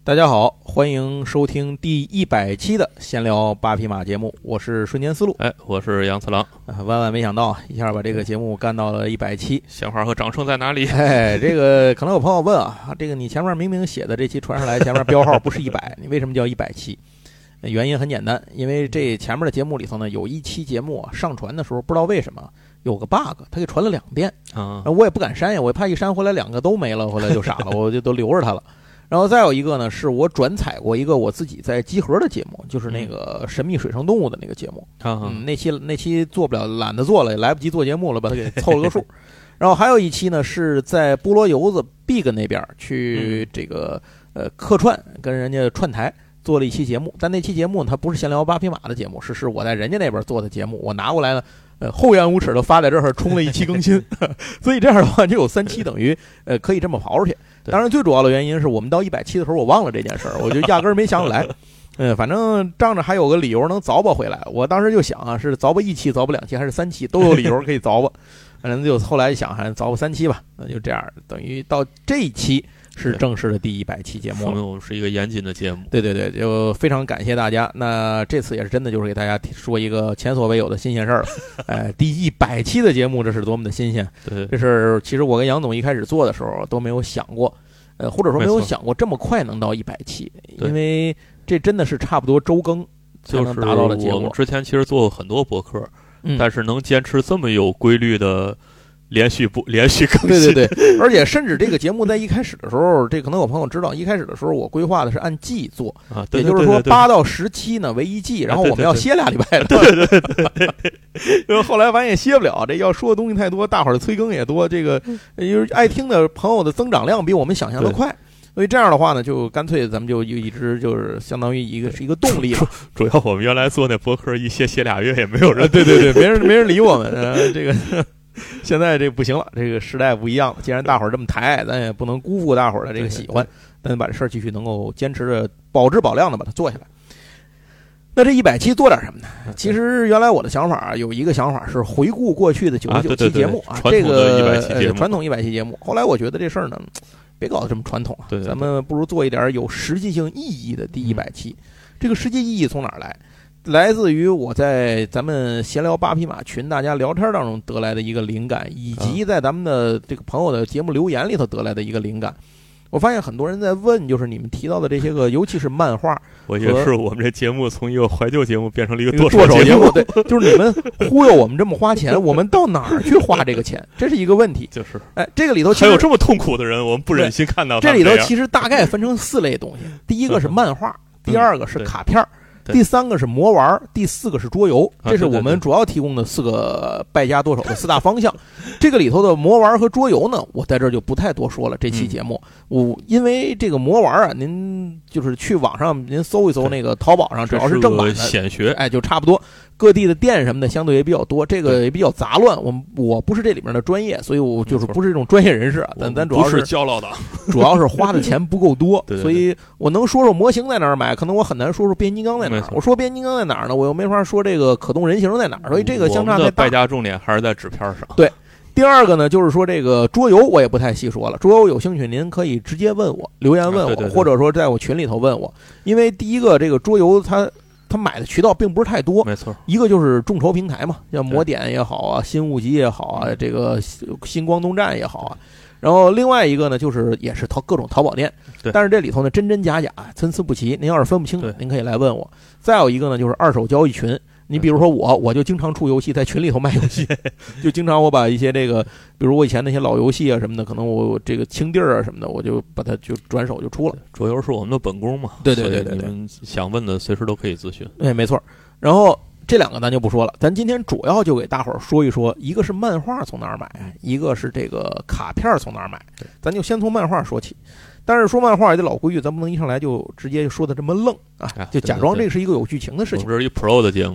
大家好，欢迎收听第100期的闲聊8匹马节目，我是瞬间思路。 我是杨次郎。 万万没想到，一下把这个节目干到了100期。 鲜花和掌声在哪里？ 这个可能有朋友问啊，这个你前面明明写的这期传上来，前面标号不是100，你为什么叫100期？原因很简单，因为这前面的节目里头呢，有一期节目上传的时候，不知道为什么有个 bug， 它给传了2遍啊，我也不敢删呀，我怕一删回来2个都没了，回来就傻了，我就都留着它了。然后再有一个呢，是我转采过一个我自己在集合的节目，就是那个神秘水生动物的那个节目。那期做不了，懒得做了，也来不及做节目了，把它给凑了个数。然后还有一期呢，是在菠萝油子 Big 那边去这个客串，跟人家串台做了一期节目。但那期节目它不是闲聊8匹马的节目，是我在人家那边做的节目，我拿过来呢。厚颜无耻的发在这儿充了1期更新，所以这样的话就有3期，等于可以这么跑出去。当然最主要的原因是我们到100期的时候我忘了这件事儿，我就压根儿没想起来。反正仗着还有个理由能凿吧回来，我当时就想啊，是凿吧1期、凿吧2期还是3期，都有理由可以凿吧。反正就后来想，还是凿吧3期吧，那就这样，等于到这一期是正式的第100期节目， 说明我们是一个严谨的节目。 对，就非常感谢大家。那这次也是真的，就是给大家说一个前所未有的新鲜事儿了。第100期的节目，这是多么的新鲜！ 对， 这是其实我跟杨总一开始做的时候都没有想过，或者说没有想过这么快能到100期，因为这真的是差不多周更才能达到的结果。 我们之前其实做过很多博客，但是能坚持这么有规律的。连续更新， 对，而且甚至这个节目在一开始的时候，这可能有朋友知道，一开始的时候我规划的是按季做啊， 也就是说8到10期呢为一季，然后我们要歇2礼拜的， 对， 因为后来完也歇不了，这要说的东西太多，大伙儿的催更也多，这个就是爱听的朋友的增长量比我们想象的快。所以这样的话呢，就干脆咱们就一直就是相当于是一个动力。 主要我们原来做那博客一歇2月也没有人， 对，没人理我们，这个。现在这不行了，这个时代不一样了。既然大伙儿这么抬，咱也不能辜负大伙儿的这个喜欢，咱把这事儿继续能够坚持着保质保量的把它做下来。那这100期做点什么呢？其实原来我的想法有一个想法是回顾过去的99期节目这个传统100期节目。后来我觉得这事儿呢，别搞得这么传统啊，咱们不如做一点有实际性意义的第100期。这个实际意义从哪儿来？来自于我在咱们闲聊8匹马群大家聊天当中得来的一个灵感，以及在咱们的这个朋友的节目留言里头得来的一个灵感。我发现很多人在问，就是你们提到的这些个，尤其是漫画， 我觉得是我们这节目从一个怀旧节目变成了一个剁手节目。对，就是你们忽悠我们这么花钱，我们到哪儿去花这个钱？这是一个问题。 就是这个里头还有这么痛苦的人，我们不忍心看到。 这里头其实大概分成4类东西，第一个是漫画，第二个是卡片。第3个是魔玩，第4个是桌游，这是我们主要提供的4个败家剁手的4大方向。这个里头的魔玩和桌游呢，我在这儿就不太多说了。这期节目，因为这个魔玩啊，您就是去网上您搜一搜那个淘宝上，只要是正版的显学， 就差不多。各地的店什么的相对也比较多，这个也比较杂乱。我不是这里面的专业，所以我就是不是这种专业人士。咱主要是教唠的， 主要是花的钱不够多， 对， 所以我能说说模型在哪儿买，可能我很难说说变形金刚在哪儿。我说变形金刚在哪儿呢？我又没法说这个可动人形在哪儿，所以这个相差太大。 败家重点还是在纸片上。 对。第二个呢，就是说这个桌游我也不太细说了，桌游有兴趣您可以直接问我，留言问我，或者说在我群里头问我。因为第一个这个桌游它买的渠道并不是太多， 没错。一个就是众筹平台嘛，像魔点也好啊，新物集也好啊，这个星光东站也好啊。然后另外一个呢，就是也是各种淘宝店，但是这里头呢真真假假，参差不齐。您要是分不清，您可以来问我。再有一个呢，就是二手交易群。你比如说我就经常出游戏，在群里头卖游戏，就经常我把一些这个，比如我以前那些老游戏啊什么的，可能我这个清地儿啊什么的，我就把它就转手就出了。 桌游是我们的本功嘛？ 对， 你们想问的随时都可以咨询。 没错。然后这2个咱就不说了，咱今天主要就给大伙儿说一说，一个是漫画从哪儿买，一个是这个卡片从哪儿买。咱就先从漫画说起。但是说漫画也得老规矩，咱不能一上来就直接说的这么愣啊，就假装这是一个有剧情的事情。 我们这是一 Pro 的节目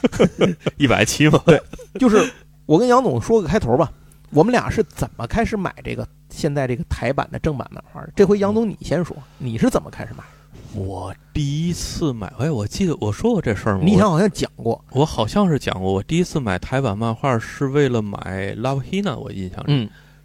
，100期嘛。 对，就是我跟杨总说个开头吧，我们俩是怎么开始买这个现在这个台版的正版漫画？这回杨总你先说，你是怎么开始买？ 我第一次买，我记得我说过这事儿吗？ 你好像讲过， 我好像是讲过。我第一次买台版漫画是为了买 Love Hina， 我印象中。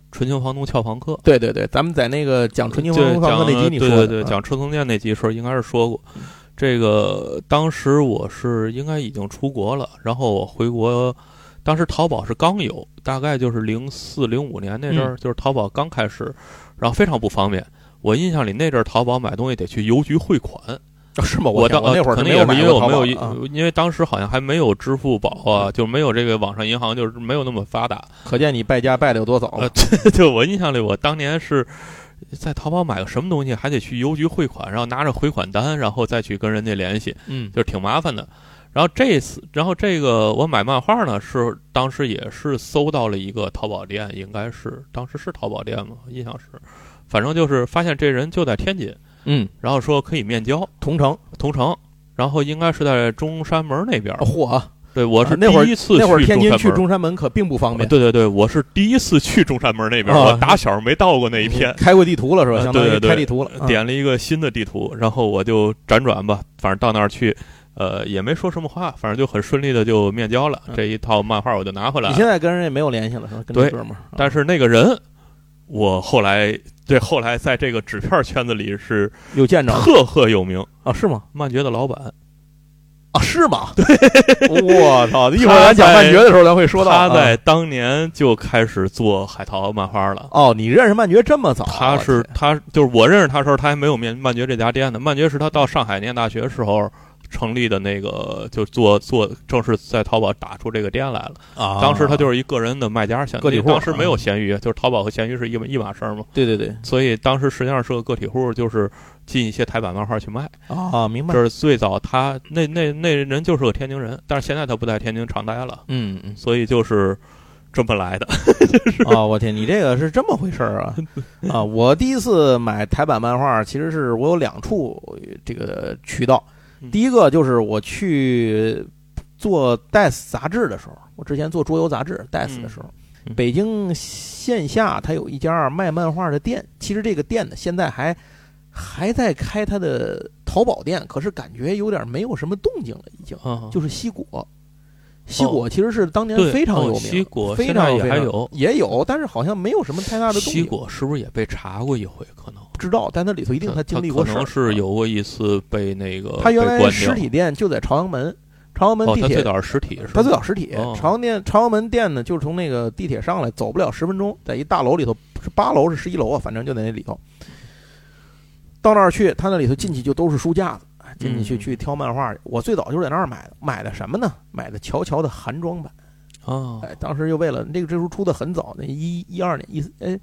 纯情房东俏房客。 对对对，咱们在那个讲纯情房东俏房客那集你说的， 对对对，讲车从店那集时候应该是说过。这个当时我是应该已经出国了，然后我回国，当时淘宝是刚有，大概就是04、05年那阵儿，就是淘宝刚开始，然后非常不方便。我印象里那阵儿淘宝买东西得去邮局汇款。 是吗？ 我那会儿可能也是因为我没有， 因为当时好像还没有支付宝啊，就没有这个网上银行，就是没有那么发达。 可见你败家败的有多早。 就我印象里，我当年是在淘宝买个什么东西，还得去邮局汇款，然后拿着回款单，然后再去跟人家联系，就是挺麻烦的。然后这个我买漫画呢，是当时也是搜到了一个淘宝店，应该是当时是淘宝店嘛，印象是，反正就是发现这人就在天津。然后说可以面交，同城，然后应该是在中山门那边。 嚯！ 对，我是第一次那会儿天津去中山门可并不方便。 对对对，我是第一次去中山门那边，我打小没到过那一片。 开过地图了是吧？相当于开地图了， 点了一个新的地图，然后我就辗转吧，反正到那儿去，也没说什么话，反正就很顺利的就面交了。这一套漫画我就拿回来了。 你现在跟人也没有联系了是吧？跟这哥们儿。 但是那个人，我后来在这个纸片圈子里是有见着， 赫有名啊？是吗？ 漫觉的老板啊？是吗？对，我操！一会儿咱讲漫觉的时候，咱会说到他在当年就开始做海淘漫画了。 哦，你认识漫觉这么早？ 他就是我认识他的时候，他还没有漫觉这家店呢。漫觉是他到上海念大学的时候成立的那个，就做正式在淘宝打出这个店来了啊。当时他就是一个人的卖家，个体户，当时没有闲鱼，就是淘宝和闲鱼是一码事儿嘛。 对对对， 所以当时实际上是个体户，就是进一些台版漫画去卖啊。明白。 这是最早他那人就是个天津人，但是现在他不在天津常待了。所以就是这么来的。 啊，我天，你这个是这么回事儿啊！啊，我第一次买台版漫画，其实是我有2处这个渠道。第一个就是我去做 DICE 杂志的时候，我之前做桌游杂志 DICE 的时候，北京线下它有一家卖漫画的店，其实这个店呢现在还在开它的淘宝店，可是感觉有点没有什么动静了，已经。就是西果。西果其实是当年非常有名， 西果非常也有，但是好像没有什么太大的动静。 西果是不是也被查过一回？可能不知道，但它里头一定它经历过事， 可能是有过一次被那个。 它原来实体店就在朝阳门地铁。 它最早是实体， 它最早实体。朝阳门店呢，就是从那个地铁上来，走不了10分钟，在一大楼里头，是8楼是11楼啊，反正就在那里头。到那儿去，它那里头进去就都是书架子。进去挑漫画，我最早就是在那儿买的什么呢？买的乔乔的韩装版当时又为了这书出的很早，那12年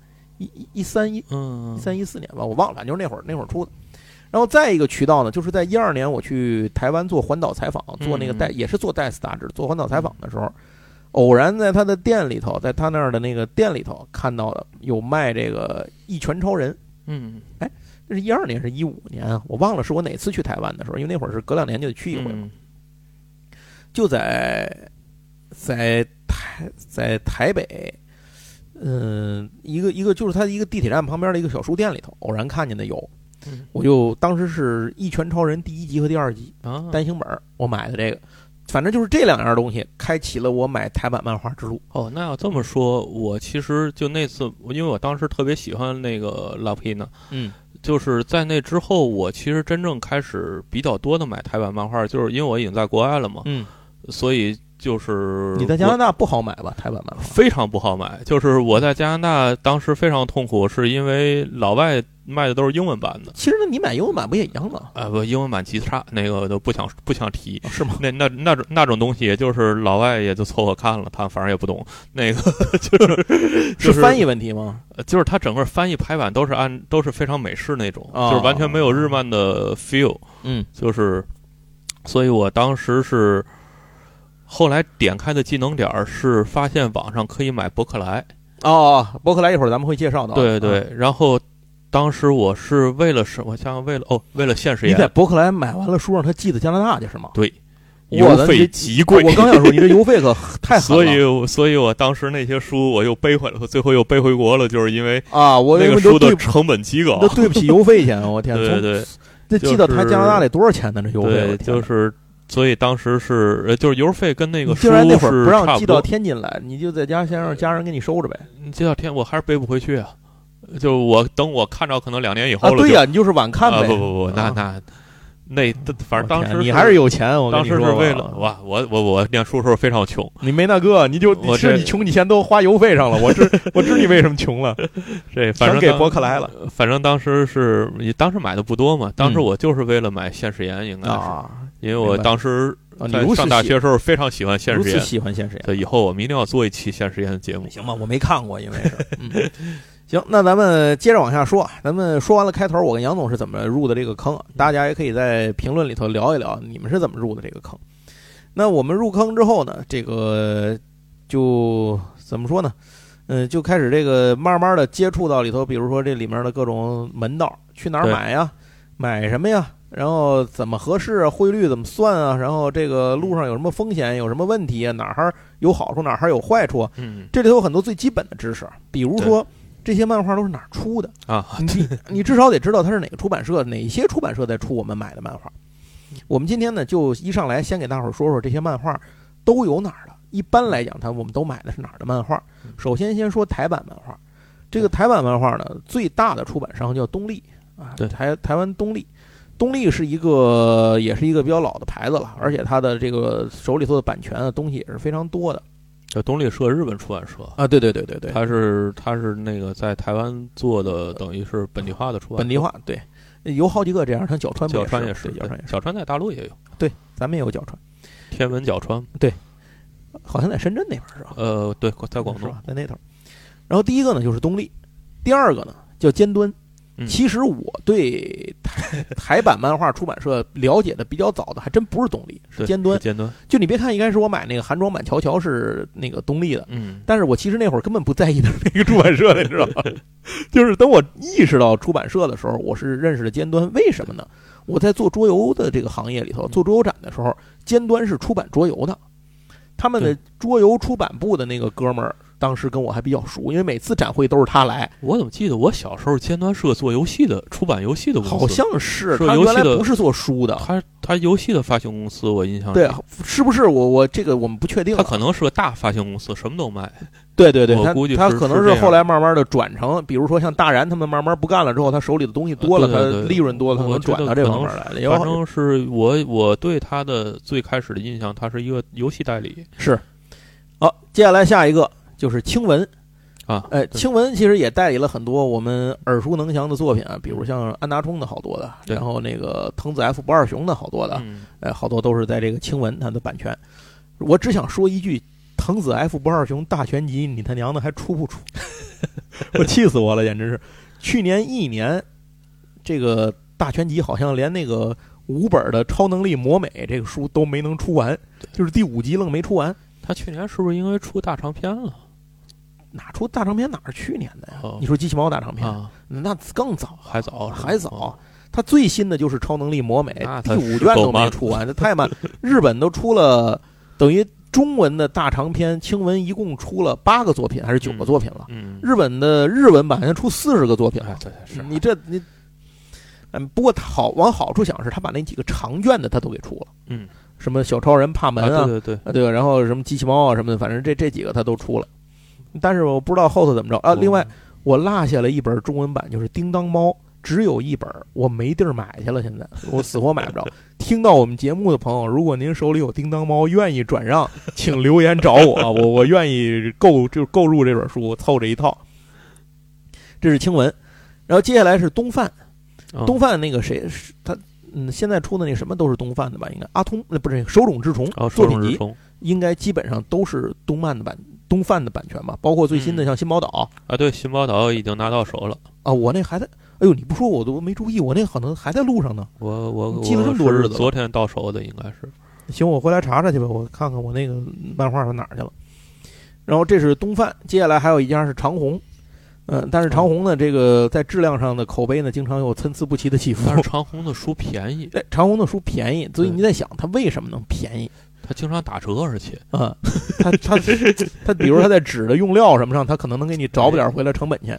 1314年吧，我忘了，反正就是那会儿出的。然后再一个渠道呢，就是在12年我去台湾做环岛采访，做那个也是做 DICE 杂志，做环岛采访的时候，偶然在他的店里头，在他那儿的那个店里头看到了有卖这个一拳超人。这是12年是15年啊，我忘了是我哪次去台湾的时候，因为那会儿是隔2年就得去一回嘛。就在台北，一个就是他一个地铁站旁边的一个小书店里头，偶然看见的有，我就当时是一拳超人第1集和第2集单行本，我买的这个。反正就是这2样东西开启了我买台版漫画之路。 那要这么说，我其实就那次，因为我当时特别喜欢那个拉皮呢，就是在那之后，我其实真正开始比较多的买台版漫画，就是因为我已经在国外了嘛，所以就是你在加拿大不好买吧？台版漫画非常不好买，就是我在加拿大当时非常痛苦，是因为老外卖的都是英文版的。 其实你买英文版不也一样吗？ 不，英文版极差，那个都不想提。 是吗？ 那种东西，就是老外也就凑合看了，他反正也不懂。那个是翻译问题吗？ 就是他整个翻译排版都是非常美式那种，就是完全没有日漫的 feel。就是，所以我当时是后来点开的技能点是发现网上可以买博客来。 博客来一会儿咱们会介绍到。 对对，然后。当时我是为了什么？像为了现实。 你在博客来买完了书，让他寄到加拿大去是吗？ 对，邮费极贵。 我刚想说，你这邮费可太狠了。所以我当时那些书我又背回来，最后又背回国了，就是因为我那个书的成本极高， 那对不起邮费钱，我天！ 对对， 这寄到他加拿大得多少钱呢？这邮费， 对，就是所以当时是就是邮费跟那个书竟然那会儿是不让寄到差不多， 天津来，你就在家先让家人给你收着呗。 寄到天我还是背不回去啊。就我等我看到可能2年以后了。 对呀，你就是晚看呗。 不，那反正当时你还是有钱，我跟你说， 当时是为了哇，我念书的时候非常穷。 你没那个，你穷，你钱都花邮费上了。我知你为什么穷了。 这反正给伯克莱了。 反正当时你当时买的不多嘛，当时我就是为了买现实言，应该是因为我当时在上大学的时候非常喜欢现实言， 喜欢现实言。 对，以后我们一定要做一期现实言的节目。 行吧，我没看过，因为是行，那咱们接着往下说。咱们说完了开头，我跟杨总是怎么入的这个坑，大家也可以在评论里头聊一聊你们是怎么入的这个坑。那我们入坑之后呢，这个就怎么说呢？就开始这个慢慢的接触到里头，比如说这里面的各种门道，去哪儿买呀，买什么呀，然后怎么合适啊，汇率怎么算啊，然后这个路上有什么风险，有什么问题啊，哪儿有好处，哪儿有坏处啊。这里头有很多最基本的知识，比如说这些漫画都是哪儿出的啊？ 你至少得知道它是哪个出版社，哪些出版社在出我们买的漫画。我们今天呢，就一上来先给大伙儿说说这些漫画都有哪儿的。一般来讲，我们都买的是哪儿的漫画？首先说台版漫画。这个台版漫画呢，最大的出版商叫东立啊，台湾东立。东立也是一个比较老的牌子了，而且它的这个手里头的版权的东西也是非常多的。 这东立是个日本出版社啊，对， 他是那个在台湾做的，等于是本地化的出版社。 本地化，对，有好几个这样，像角川也是，角川在大陆也有， 对，咱们也有角川， 天文角川， 对，好像在深圳那边是吧？ 对，在广东， 在那头。然后第一个呢就是东立，第二个呢叫尖端。其实我对台版漫画出版社了解的比较早的还真不是东立，是尖端。就你别看一开始我买那个韩装版乔乔是那个东立的，但是我其实那会儿根本不在意的是那个出版社的，你知道吗？就是等我意识到出版社的时候，我是认识的尖端。为什么呢？我在做桌游的这个行业里头，做桌游展的时候，尖端是出版桌游的，他们的桌游出版部的那个哥们儿。当时跟我还比较熟，因为每次展会都是他来。 我怎么记得我小时候尖端是个做游戏的，出版游戏的公司， 好像是他原来不是做书的， 他游戏的发行公司，我印象对，是不是我这个我们不确定。 他可能是个大发行公司，什么都卖。 对， 我估计他可能是后来慢慢的转成，比如说像大然他们慢慢不干了之后，他手里的东西多了，他利润多了，他可能转到这方面来了。 反正是我对他的最开始的印象，他是一个游戏代理。 是。好，接下来下一个就是青文。青文其实也代理了很多我们耳熟能详的作品啊，比如像安达充的好多的，然后那个藤子 F 不二雄的好多的，好多都是在这个青文它的版权。我只想说一句，藤子 F 不二雄大全集，你他娘的还出不出？我气死我了，简直是！去年一年，这个大全集好像连那个5本的超能力魔美这个书都没能出完，就是第5集愣没出完。 他去年是不是因为出大长篇了？ 哪出大长篇？哪是去年的呀？你说机器猫大长篇，那更早， 还早。 他最新的就是超能力魔美，第5卷都没出完，这太慢。日本都出了，等于中文的大长篇青文一共出了8个作品还是9个作品了。日本的日文版好像出40个作品了。你不过往好处想是，他把那几个长卷的他都给出了。什么小超人帕门啊，对，然后什么机器猫啊什么的，反正这几个他都出了。但是我不知道后头怎么着啊。另外，我落下了一本中文版，就是《叮当猫》，只有1本，我没地儿买去了。现在我死活买不着。听到我们节目的朋友，如果您手里有《叮当猫》，愿意转让，请留言找我，我愿意购入这本书，凑这一套。这是青文，然后接下来是东贩，东贩那个谁他现在出的那什么都是东贩的吧？应该阿通不是手冢治虫作品集，应该基本上都是东贩的版权吧，包括最新的像新宝岛对，新宝岛已经拿到手了啊，我那还在，哎呦，你不说我都没注意，我那可能还在路上呢。 我记了这么多日子， 昨天到手的应该是。 行，我回来查查去吧，我看看我那个漫画到哪儿去了。然后这是东贩，接下来还有一家是长虹，但是长虹呢，这个在质量上的口碑呢，经常有参差不齐的起伏。 但是长虹的书便宜， 长虹的书便宜，所以你在想它为什么能便宜？ 他经常打折，而且他比如他在纸的用料什么上，他可能能给你找不点回来成本钱。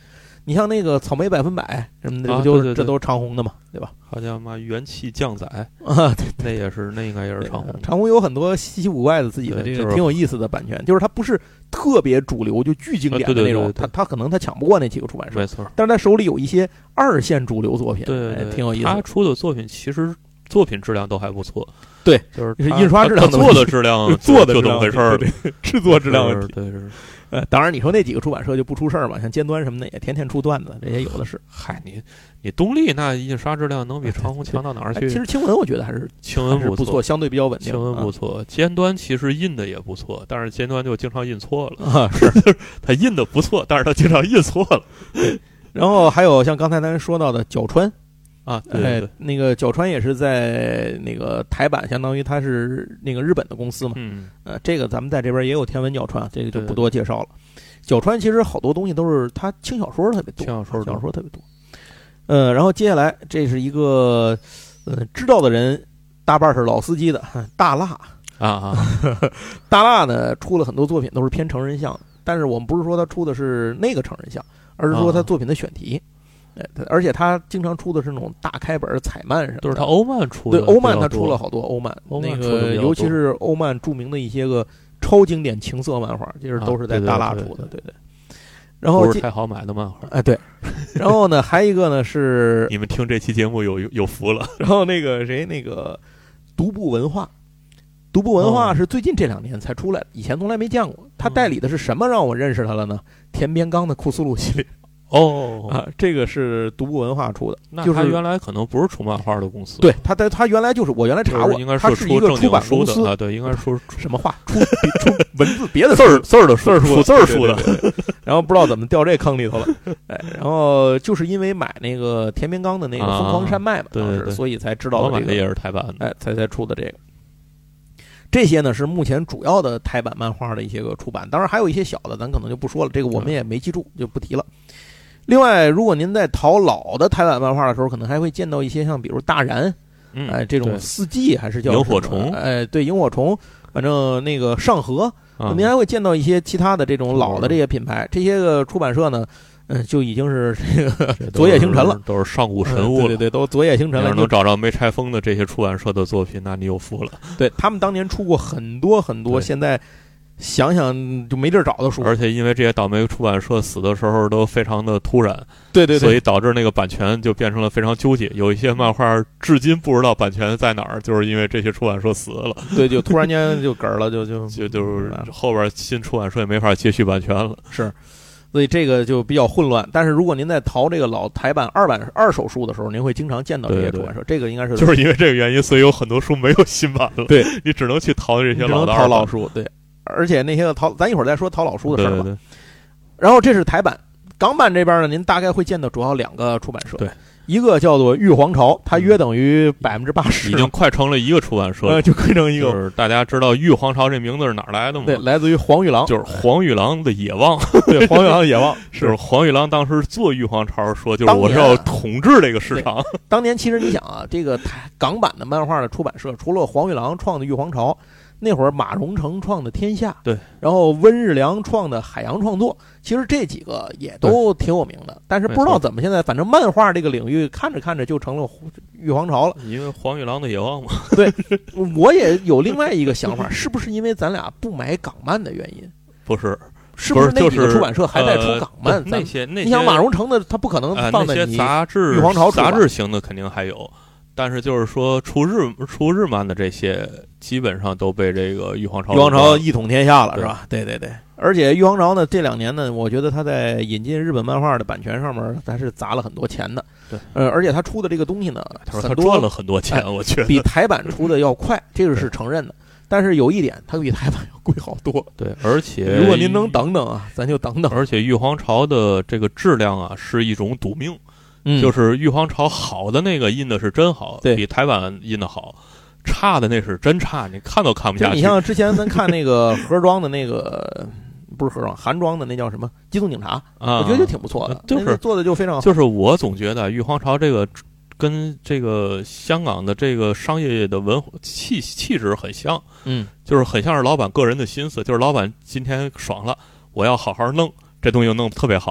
你像那个草莓100%什么的， 啊， 就对对对这都是长虹的嘛，对吧？ 好像嘛元气降载啊， 那应该也是长虹。 长虹有很多稀奇古怪的自己的这个挺有意思的版权，就是它不是特别主流就巨经典的那种，它可能它抢不过那几个出版社， 没错。 但是他手里有一些2线主流作品， 对， 挺有意思的。 他出的作品其实作品质量都还不错， 对， 就是印刷质量做的质量做的就这么回事儿， 制作质量问题。 对是。 当然你说那几个出版社就不出事儿嘛，像尖端什么的也天天出段子，这些有的是。 嗨，你东立那印刷质量能比长虹强到哪儿去？ 其实青文我觉得还是青文不错，相对比较稳定。 青文不错，尖端其实印的也不错，但是尖端就经常印错了啊。是， 他印的不错，但是他经常印错了。 然后还有像刚才咱说到的角川。 啊，对， 那个角川也是在那个台版，相当于它是那个日本的公司嘛。这个咱们在这边也有天文角川，这个就不多介绍了。角川其实好多东西都是它轻小说特别多，轻小说特别多。然后接下来这是一个知道的人大半是老司机的大辣啊， 大辣呢出了很多作品都是偏成人向，但是我们不是说他出的是那个成人向，而是说他作品的选题。而且他经常出的是那种大开本彩漫什么的， 都是他欧漫出的。 对，欧漫他出了好多欧漫，那个尤其是欧漫著名的一些个超经典情色漫画，其实都是在大辣出的，对。然后不是太好买的漫画， 哎对。然后呢，还一个呢是你们听这期节目有福了。 然后那个谁，那个独步文化是最近这2年才出来的，以前从来没见过。他代理的是什么让我认识他了呢？田边刚的库苏鲁系列。这个是独步文化出的， 那他原来可能不是出漫画的公司。 对，他原来就是我原来查过， 应该他是一个出版公司啊，对，应该说什么话出文字别的字儿的字儿出的， 对。 然后不知道怎么掉这坑里头了，然后就是因为买那个田边刚的那个疯狂山脉嘛， 对， 所以才知道这个也是台版的，才出的这个。这些呢是目前主要的台版漫画的一些个出版，当然还有一些小的，咱可能就不说了，这个我们也没记住，就不提了。另外，如果您在淘老的台版漫画的时候，可能还会见到一些像比如大然，这种四季还是叫萤火虫， 对，萤火虫，反正那个上河，您还会见到一些其他的这种老的这些品牌，这些个出版社呢，就已经是这个昨夜星辰了， 都是上古神物了， 对，都昨夜星辰了。 要是能找着没拆封的这些出版社的作品，那你有福了。 对，他们当年出过很多很多，现在想想就没地儿找的书， 而且因为这些倒霉出版社死的时候都非常的突然， 对， 所以导致那个版权就变成了非常纠结。有一些漫画至今不知道版权在哪儿，就是因为这些出版社死了。 对，就突然间就嗝了，就是后边新出版社也没法接续版权了。 是，所以这个就比较混乱。但是如果您在淘这个老台版二手书的时候，您会经常见到这些出版社。这个应该是就是因为这个原因，所以有很多书没有新版了。 对， 你只能去淘这些老书。对。而且那些个咱一会儿再说淘老书的事儿吧。 对。 然后这是台版，港版这边呢，您大概会见到主要2个出版社。 对， 一个叫做玉皇朝，它约等于80%， 已经快成了一个出版社， 就快成一个。 就是大家知道玉皇朝这名字是哪儿来的吗？ 对，来自于黄玉郎， 就是黄玉郎的野望。 对，黄玉郎的野望是黄玉郎当时做玉皇朝说，就是我是要统治这个市场。 当年其实你想啊，这个港版的漫画的出版社，除了黄玉郎创的玉皇朝。那会儿马荣成创的天下， 对， 然后温日良创的海洋创作，其实这几个也都挺有名的，但是不知道怎么现在反正漫画这个领域看着看着就成了玉皇朝了， 因为黄玉郎的野望嘛。 对，我也有另外一个想法，是不是因为咱俩不买港漫的原因？ 不是， 是不是那几个出版社还在出港漫？ 那些你想马荣成的，他不可能放在你玉皇朝杂志型的肯定还有。但是就是说出日漫的这些基本上都被这个玉皇朝一统天下了，是吧？对，而且玉皇朝呢这2年呢，我觉得他在引进日本漫画的版权上面他是砸了很多钱的。 对， 而且他出的这个东西呢， 他赚了很多钱，我觉得比台版出的要快，这个是承认的。但是有一点，它比台版要贵好多。 对，而且如果您能等等啊，咱就等等。 而且玉皇朝的这个质量啊，是一种赌命。就是玉皇朝好的那个印的是真好，比台版印的好，差的那是真差，你看都看不下去。 你像之前咱看那个盒装的那个，不是盒装，韩装的那叫什么《机动警察》我觉得就挺不错的， 就是做的就非常好。 就是我总觉得玉皇朝这个跟这个香港的这个商业的气质很像，就是很像是老板个人的心思，就是老板今天爽了，我要好好弄这东西，弄得特别好。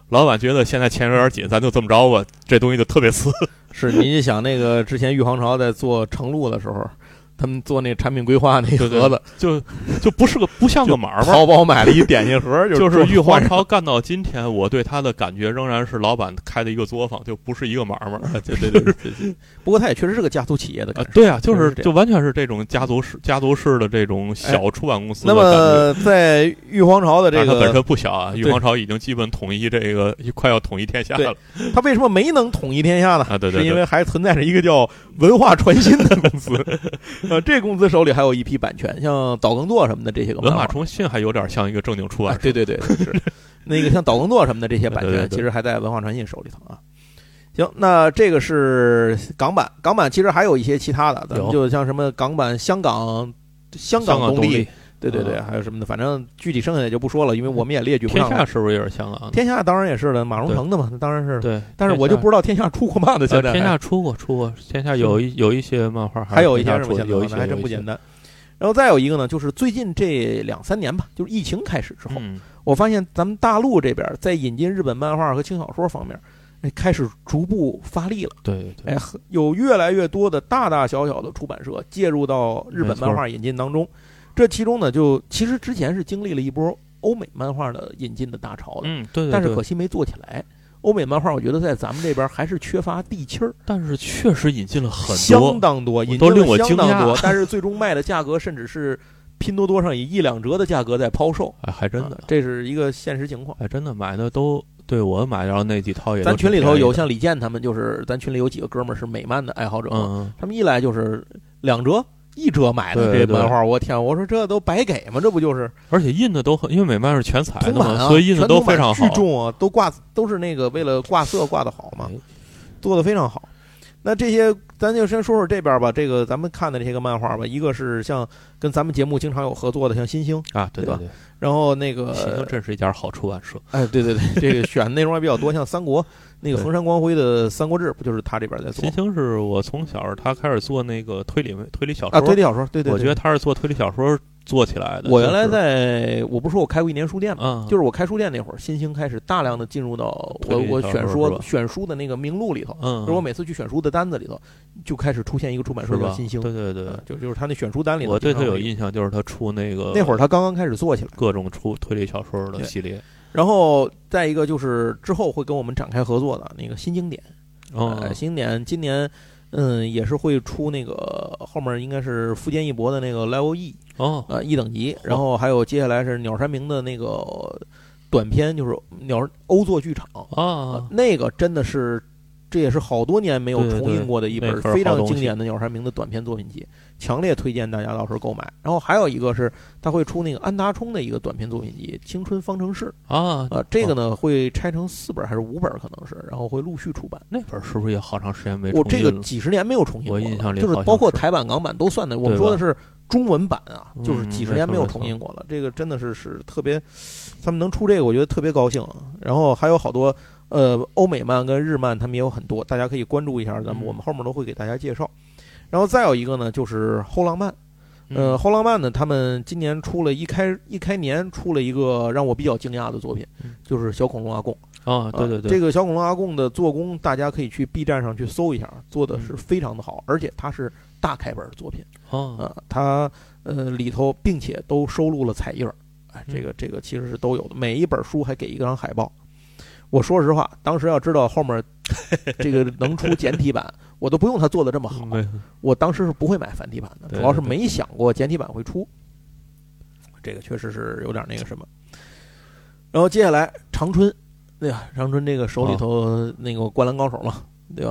老板觉得现在钱有点紧，咱就这么着吧，这东西就特别次。 是，你想那个之前玉皇朝在做成露的时候，他们做那个产品规划那个盒子， 就不像个买卖。 淘宝买了一点心盒， 就是玉皇朝干到今天，我对他的感觉仍然是老板开的一个作坊，就不是一个买卖。 对。不过他也确实是个家族企业的感觉。 对啊，就完全是这种家族式的这种小出版公司的感觉。 那么在玉皇朝的这个， 它本身不小啊，玉皇朝已经基本统一这个快要统一天下了。 他为什么没能统一天下呢？ 对， 是因为还存在着一个叫文化传信的公司。这公司手里还有一批版权，像岛耕作什么的这些个文化传信还有点像一个正经出版社。对，是那个像岛耕作什么的这些版权，其实还在文化传信手里头啊。行，那这个是港版，其实还有一些其他的，咱们就像什么港版香港动力。对，还有什么的，反正具体剩下的就不说了，因为我们也列举不上。 天下是不是也是香港？ 天下当然也是的，马荣成的嘛，当然是。 对， 但是我就不知道天下出过嘛的。现在天下出过，天下有一些漫画， 还有一些什么有一些还真不简单。然后再有一个呢，就是最近这2-3年吧，就是疫情开始之后，我发现咱们大陆这边在引进日本漫画和轻小说方面，开始逐步发力了。 对， 有越来越多的大大小小的出版社介入到日本漫画引进当中。这其中呢，就其实之前是经历了一波欧美漫画的引进的大潮的， 对， 但是可惜没做起来。欧美漫画我觉得在咱们这边还是缺乏地气儿， 但是确实引进了很多， 相当多，引进了相当多，但是最终卖的价格甚至是拼多多上以1-2折的价格在抛售， 还真的， 这是一个现实情况。 真的买的都对我买到那几套也都， 咱群里头有像李健他们，就是咱群里有几个哥们儿是美漫的爱好者，他们一来就是2折。1折买的这漫画，我天！我说这都白给吗？这不就是？ 而且印的都很，因为美漫是全彩的嘛， 所以印的都非常好， 巨重啊，都是那个为了挂色挂的好嘛，做的非常好。那这些咱就先说说这边吧，这个咱们看的这些个漫画吧，一个是像跟咱们节目经常有合作的，像新星啊，对吧？然后那个新星真是一家好出版社， 对，这个选的内容还比较多，像三国那个横山光辉的《三国志》，不就是他这边在做？ 新星是我从小他开始做那个推理小说推理小说，对， 我觉得他是做推理小说做起来的。 我原来我不是说我开过1年书店嘛，就是我开书店那会儿，新星开始大量的进入到我选书的那个名录里头，就是我每次去选书的单子里头，就开始出现一个出版社叫新星， 对， 就是他那选书单里头， 我对他有印象，就是他出那会儿他刚刚开始做起来， 各种出推理小说的系列。 然后再一个就是之后会跟我们展开合作的那个新经典，新经典今年也是会出那个后面应该是富坚义博的那个 Level E 1等级，然后还有接下来是鸟山明的那个短篇，就是欧作剧场那个真的是。这也是好多年没有重印过的一本非常经典的鸟山明的短篇作品集，强烈推荐大家到时候购买。然后还有一个是他会出那个安达充的一个短篇作品集《青春方程式》这个呢会拆成4本还是5本可能是，然后会陆续出版。 那本是不是也好长时间没重印了？ 我这个几十年没有重印过， 我印象里就是包括台版港版都算的。我们说的是中文版啊，就是几十年没有重印过了。这个真的是特别，他们能出这个，我觉得特别高兴。然后还有好多。欧美漫跟日漫他们也有很多，大家可以关注一下，我们后面都会给大家介绍。然后再有一个呢，就是后浪漫。后浪漫呢，他们今年出了一开年出了一个让我比较惊讶的作品，就是小恐龙阿贡。 对， 这个小恐龙阿贡的做工，大家可以去 B 站上去搜一下，做的是非常的好，而且它是大开本的作品。它里头并且都收录了彩页，这个其实是都有的，每一本书还给一张海报。我说实话，当时要知道后面这个能出简体版，我都不用它做的这么好。我当时是不会买繁体版的，主要是没想过简体版会出。这个确实是有点那个什么。然后接下来长春，对吧？长春这个手里头那个灌篮高手嘛，对吧？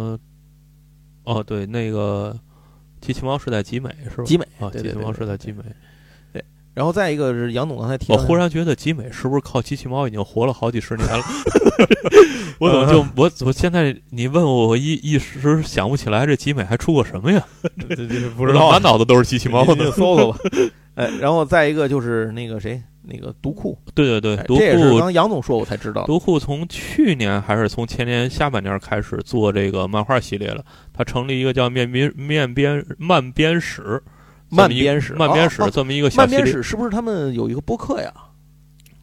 对，那个机器猫是在集美是吧？ 集美机器猫是在集美。 然后再一个是杨总刚才提到， 我忽然觉得集美是不是靠机器猫已经活了好几十年了？我怎么我现在你问我一时想不起来这集美还出过什么呀？ 不知道， 满脑子都是机器猫的， 搜搜吧。然后再一个就是那个谁，那个读库， 对，读库， 这也是刚杨总说我才知道， 读库从去年还是从前年下半年开始做这个漫画系列了，他成立一个叫慢编史。慢编史这么一个小系列。 慢编史是不是他们有一个播客呀？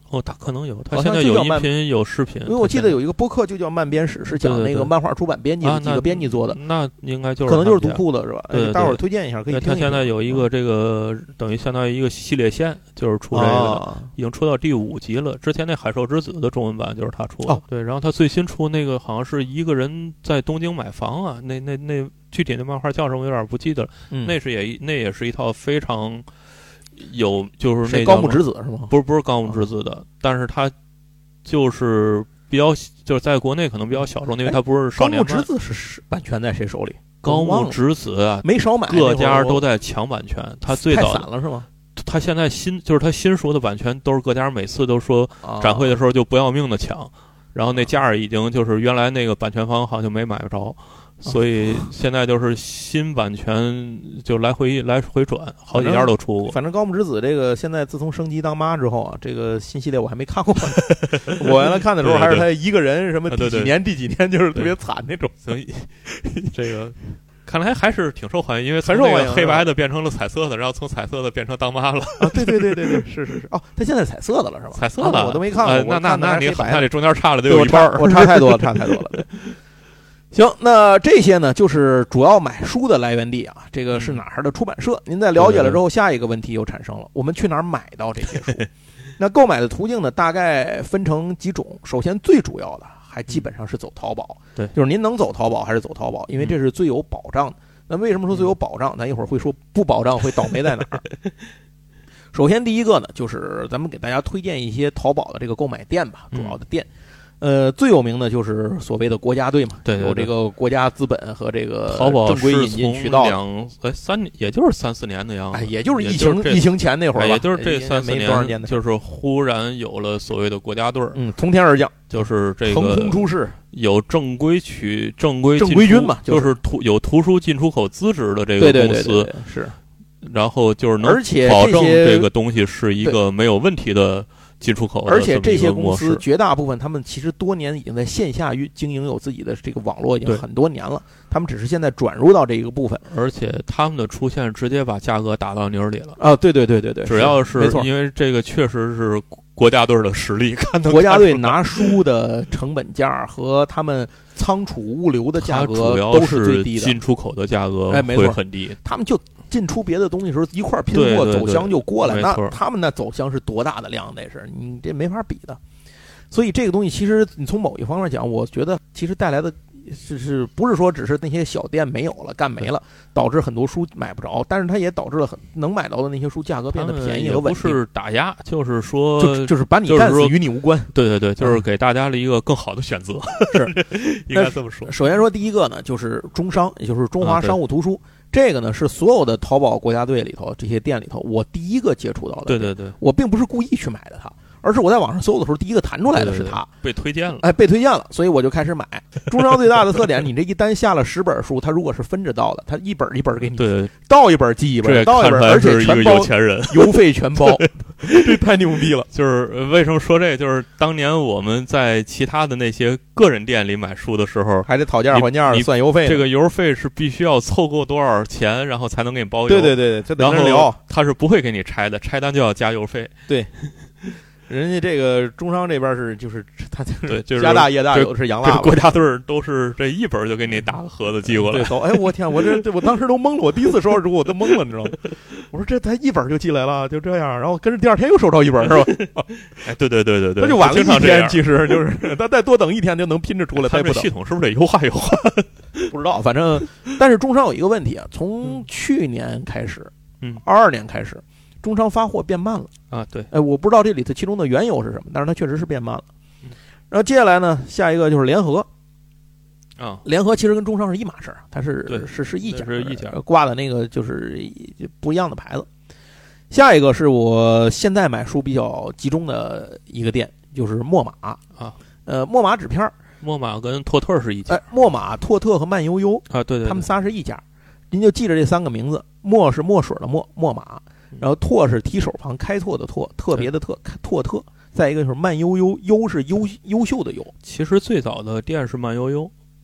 哦，他可能有，他现在有音频有视频， 因为我记得有一个播客就叫《漫编史》，是讲那个漫画出版编辑的几个编辑做的， 那应该就是可能就是读库的是吧？ 对， 大伙儿推荐一下，可以听一听。 他现在有一个这个等于相当于一个系列线，就是出这个已经出到第5集了。之前那《海兽之子》的中文版就是他出的，对，然后他最新出那个好像是一个人在东京买房啊，那具体的漫画叫什么有点不记得了，那也是一套非常。有就是那高木直子是吗？ 不是高木直子的，但是他就是比较就是在国内可能比较小众，因为他不是少年漫。 高木直子是版权在谁手里？ 高木直子啊， 没少买， 各家都在抢版权。他最早太散了是吗？ 他现在就是他新书的版权都是各家每次都说展会的时候就不要命的抢，然后那价已经就是原来那个版权方好像就没买着。所以现在就是新版权就来回转，好几家都出过。 反正高木直子这个现在自从升级当妈之后啊，这个新系列我还没看过。我原来看的时候还是他一个人什么第几年就是特别惨那种。 所以这个看来还是挺受欢迎，因为很受欢迎， 黑白的变成了彩色的，然后从彩色的变成当妈了。 啊，对，是。哦，他现在彩色的了是吧？ 彩色的， 我都没看过。 那你看这中间差了得有一半， 我差太多了。行，那这些呢，就是主要买书的来源地啊。这个是哪儿的出版社？您在了解了之后，下一个问题又产生了：我们去哪儿买到这些书？那购买的途径呢，大概分成几种。首先，最主要的还基本上是走淘宝， 对， 就是您能走淘宝还是走淘宝，因为这是最有保障的。那为什么说最有保障？咱一会儿会说不保障会倒霉在哪儿。首先，第一个呢，就是咱们给大家推荐一些淘宝的这个购买店吧，主要的店。最有名的就是所谓的国家队嘛， 对， 有这个国家资本和这个淘宝正规引进渠道 ，3年，也就是3-4年的样子， 也就是疫情前那会儿吧， 也就是这3-4 年， 就是忽然有了所谓的国家队， 从天而降， 就是这个横空出世， 有正规军嘛， 就是有图书进出口资质的这个公司， 对是， 然后就是能保证这个东西是一个没有问题的。进出口， 而且这些公司绝大部分他们其实多年已经在线下经营有自己的这个网络，已经很多年了，他们只是现在转入到这一个部分， 而且他们的出现直接把价格打到泥里了啊！对， 只要是因为这个确实是国家队的实力， 国家队拿书的成本价和他们仓储物流的价格都是最低的， 进出口的价格会很低， 他们就。进出别的东西的时候一块拼货，走箱就过来，那他们那走箱是多大的量？那是你这没法比的。所以这个东西其实你从某一方面讲，我觉得其实带来的是不是说只是那些小店没有了、干没了，导致很多书买不着，但是它也导致了能买到的那些书价格变得便宜和稳定。 不是打压，就是说， 就是把你干死与你无关。 对，就是给大家了一个更好的选择。 是应该这么说。 首先说第一个呢，就是中商，也就是中华商务图书。这个呢是所有的淘宝国家队里头这些店里头，我第一个接触到的。 对， 我并不是故意去买的它，而是我在网上搜的时候，第一个弹出来的是它， 被推荐了。 被推荐了，所以我就开始买。中商最大的特点，你这一单下了10本书，它如果是分着倒的，它一本一本给你， 对， 倒一本寄一本，倒一本，而且全包， 有钱人， 邮费全包，这太牛逼了。 就是为什么说这，就是当年我们在其他的那些个人店里买书的时候， 还得讨价还价算邮费， 这个邮费是必须要凑够多少钱，然后才能给你包邮。 对，这得跟人聊， 他是不会给你拆的，拆单就要加邮费。 对。人家这个中商这边就是他对，就是家大业大，有的是洋蜡， 国家队都是这一本就给你打个盒子寄过来。 对，哎，我天，我当时都懵了，我第一次收到之后我都懵了，你知道吗？我说这他一本就寄来了，就这样，然后跟着第二天又收到一本，是吧？ 哎，对， 他就晚了一天，其实就是他再多等一天就能拼着出来。 他这系统是不是得优化优化？ 不知道，反正但是中商有一个问题啊，从去年开始，22年开始。中商发货变慢了啊，对， 我不知道这里头其中的缘由是什么，但是它确实是变慢了。然后接下来呢，下一个就是联合啊， 联合其实跟中商是一码事，它是一家，挂的那个就是不一样的牌子。下一个是我现在买书比较集中的一个店，就是墨马啊， 墨马纸片， 墨马跟拓特是一家， 墨马、拓特和慢悠悠啊，对， 他们仨是一家，您就记着这3个名字，墨是墨水的墨，墨马。然后拓是提手旁开拓的拓，特别的特，拓特。再一个就是慢悠悠，优是优秀的优。 其实最早的店是慢悠悠，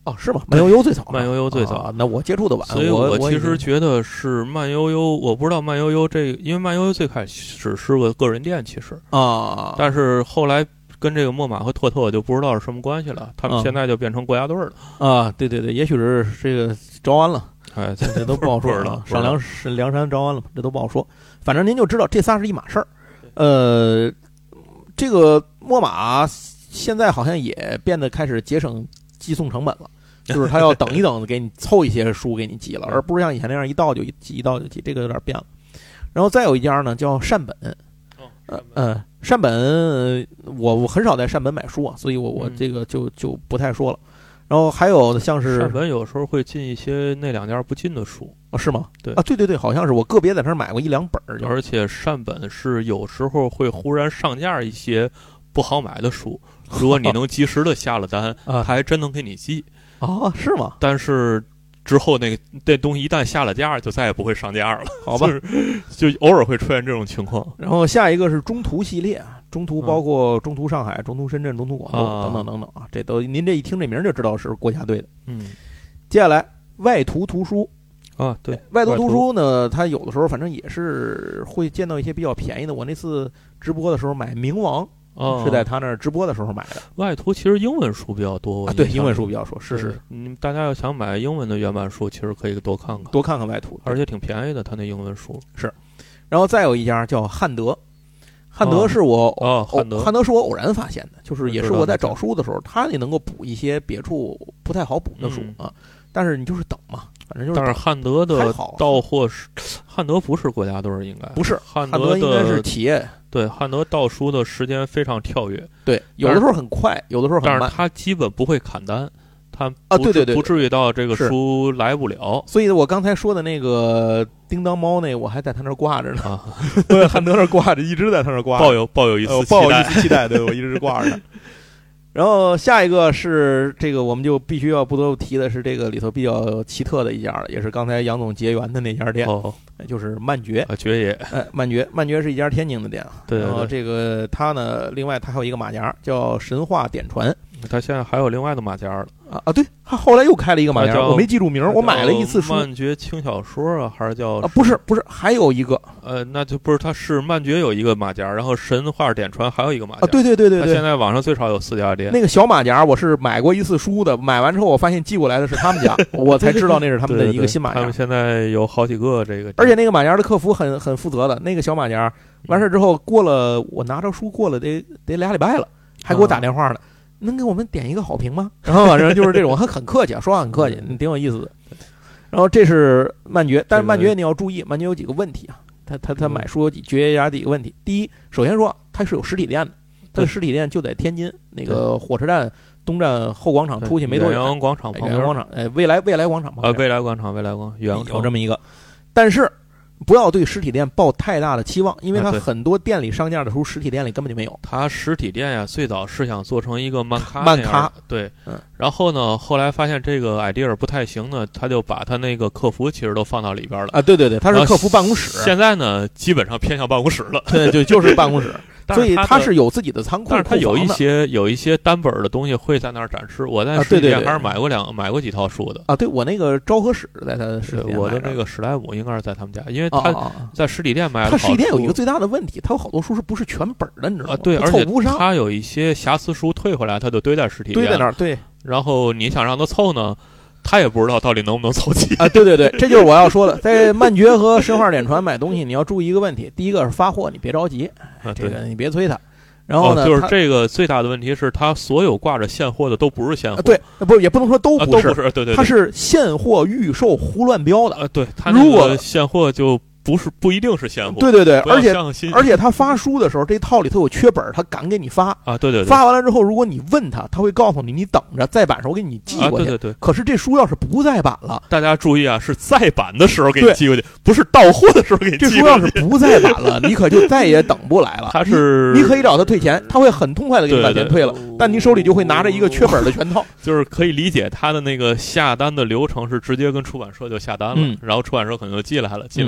哦，是吗？慢悠悠最早， 慢悠悠最早。 那我接触的晚， 所以我其实觉得是慢悠悠。我不知道慢悠悠这个，因为慢悠悠最开始是个个人店，其实啊， 但是后来跟这个莫马和特特我就不知道是什么关系了。他们现在就变成国家队了啊！对对对，也许是这个招安了， 哎， 这都不好说了。上梁山招安了，这都不好说。反正您就知道这仨是一码事儿。这个莫马现在好像也变得开始节省寄送成本了，就是他要等一等，给你凑一些书给你寄了，而不是像以前那样一到就寄，一到就寄，这个有点变了。然后再有一家呢叫善本，善本我很少在善本买书啊，所以我这个就不太说了。然后还有像是善本有时候会进一些那两家不进的书是吗？ 对啊，对，好像是我个别在那儿买过1-2本， 而且善本是有时候会忽然上架一些不好买的书，如果你能及时的下了单，他还真能给你寄是吗？ 但是之后那东西一旦下了架，就再也不会上架了， 好吧？ 就偶尔会出现这种情况。 然后下一个是中途系列，中途包括中途上海、中途深圳、中途广州等等等等啊，这都您这一听这名就知道是国家队的。接下来外图图书啊，对， 外图图书呢，它有的时候反正也是会见到一些比较便宜的。我那次直播的时候买《冥王》。是在他那儿直播的时候买的。 外图其实英文书比较多对，英文书比较多，是。 大家要想买英文的原版书，其实可以多看看外图， 而且挺便宜的，他那英文书是。然后再有一家叫汉德，汉德是我汉德是我偶然发现的，就是也是我在找书的时候，他也能够补一些别处不太好补的书啊。但是你就是等嘛，反正就是。 但是汉德的到货是，汉德不是国家队，应该不是， 汉德应该是企业。 对，汉德到书的时间非常跳跃， 对，有的时候很快，有的时候很慢， 但是他基本不会砍单，他对， 不至于到这个书来不了。 所以我刚才说的那个叮当猫那，我还在他那儿挂着呢，汉德那儿挂着，一直在他那儿挂着， 抱有一丝期待，对，我一直挂着呢。然后下一个是这个，我们就必须要不得不提的是这个里头比较奇特的一家了，也是刚才杨总结缘的那家店，就是漫觉绝野。 漫觉是一家天津的店啊。 对。 然后这个它呢，另外它还有一个马甲叫神话点传， 它现在还有另外的马甲了对，他后来又开了一个马甲，我没记住名，我买了一次书。 漫觉轻小说还是叫不是，还有一个那就不是，它是漫觉有一个马甲，然后神话点传还有一个马甲。 对，它现在网上最少有4家店。 那个小马甲我是买过一次书的，买完之后我发现寄过来的是他们家，我才知道那是他们的一个新马甲。 他们现在有好几个这个， 而且那个马甲的客服很负责的，那个小马甲完事之后过了，我拿着书过了得2礼拜了，还给我打电话呢。能给我们点一个好评吗？然后反正就是这种，他很客气，说话很客气，挺有意思的。然后这是漫觉，但是漫觉你要注意，漫觉有几个问题啊。他买书有绝家的几个问题。第一，首先说它是有实体店的，它的实体店就在天津那个火车站东站后广场出去没多远， 远洋广场旁边， 未来广场旁边， 未来广场有这么一个，但是。不要对实体店抱太大的期望，因为它很多店里上架的书，实体店里根本就没有。 它实体店呀，最早是想做成一个漫咖， 对，然后呢，后来发现这个 idea 不太行呢，他就把他那个客服其实都放到里边了对，它是客服办公室。 现在呢，基本上偏向办公室了， 对，就是办公室。所以它是有自己的仓库， 但是它有一些单本的东西会在那儿展示。我在实体店还是买过几套书的对，我那个昭和史在他的实体店， 我的那个史莱姆应该是在他们家，因为他在实体店买的。 他实体店有一个最大的问题，他有好多书是不是全本的，你知道吗？ 对，而且他有一些瑕疵书退回来，他就堆在实体店， 堆在那儿。对， 然后你想让他凑呢？他也不知道到底能不能凑齐对，这就是我要说的。在漫觉和神话点传买东西，你要注意一个问题。第一个是发货，你别着急，这个你别催他。然后呢， 就是这个最大的问题是，他所有挂着现货的都不是现货。 对，也不能说都不是， 对， 它是现货预售胡乱标的。 对，他那个现货就。不一定是现货， 对，而且他发书的时候，这套里头有缺本，他敢给你发对， 发完了之后，如果你问他会告诉你，你等着再版时候我给你寄过去。对。 可是这书要是不再版了， 大家注意啊，是再版的时候给你寄过去，不是到货的时候给你寄过去。 这书要是不再版了，你可就再也等不来了。你可以找他退钱，他会很痛快的给你把钱退了，但你手里就会拿着一个缺本的全套。 就是可以理解他的那个下单的流程是直接跟出版社就下单了，然后出版社可能就寄来了，寄来他就归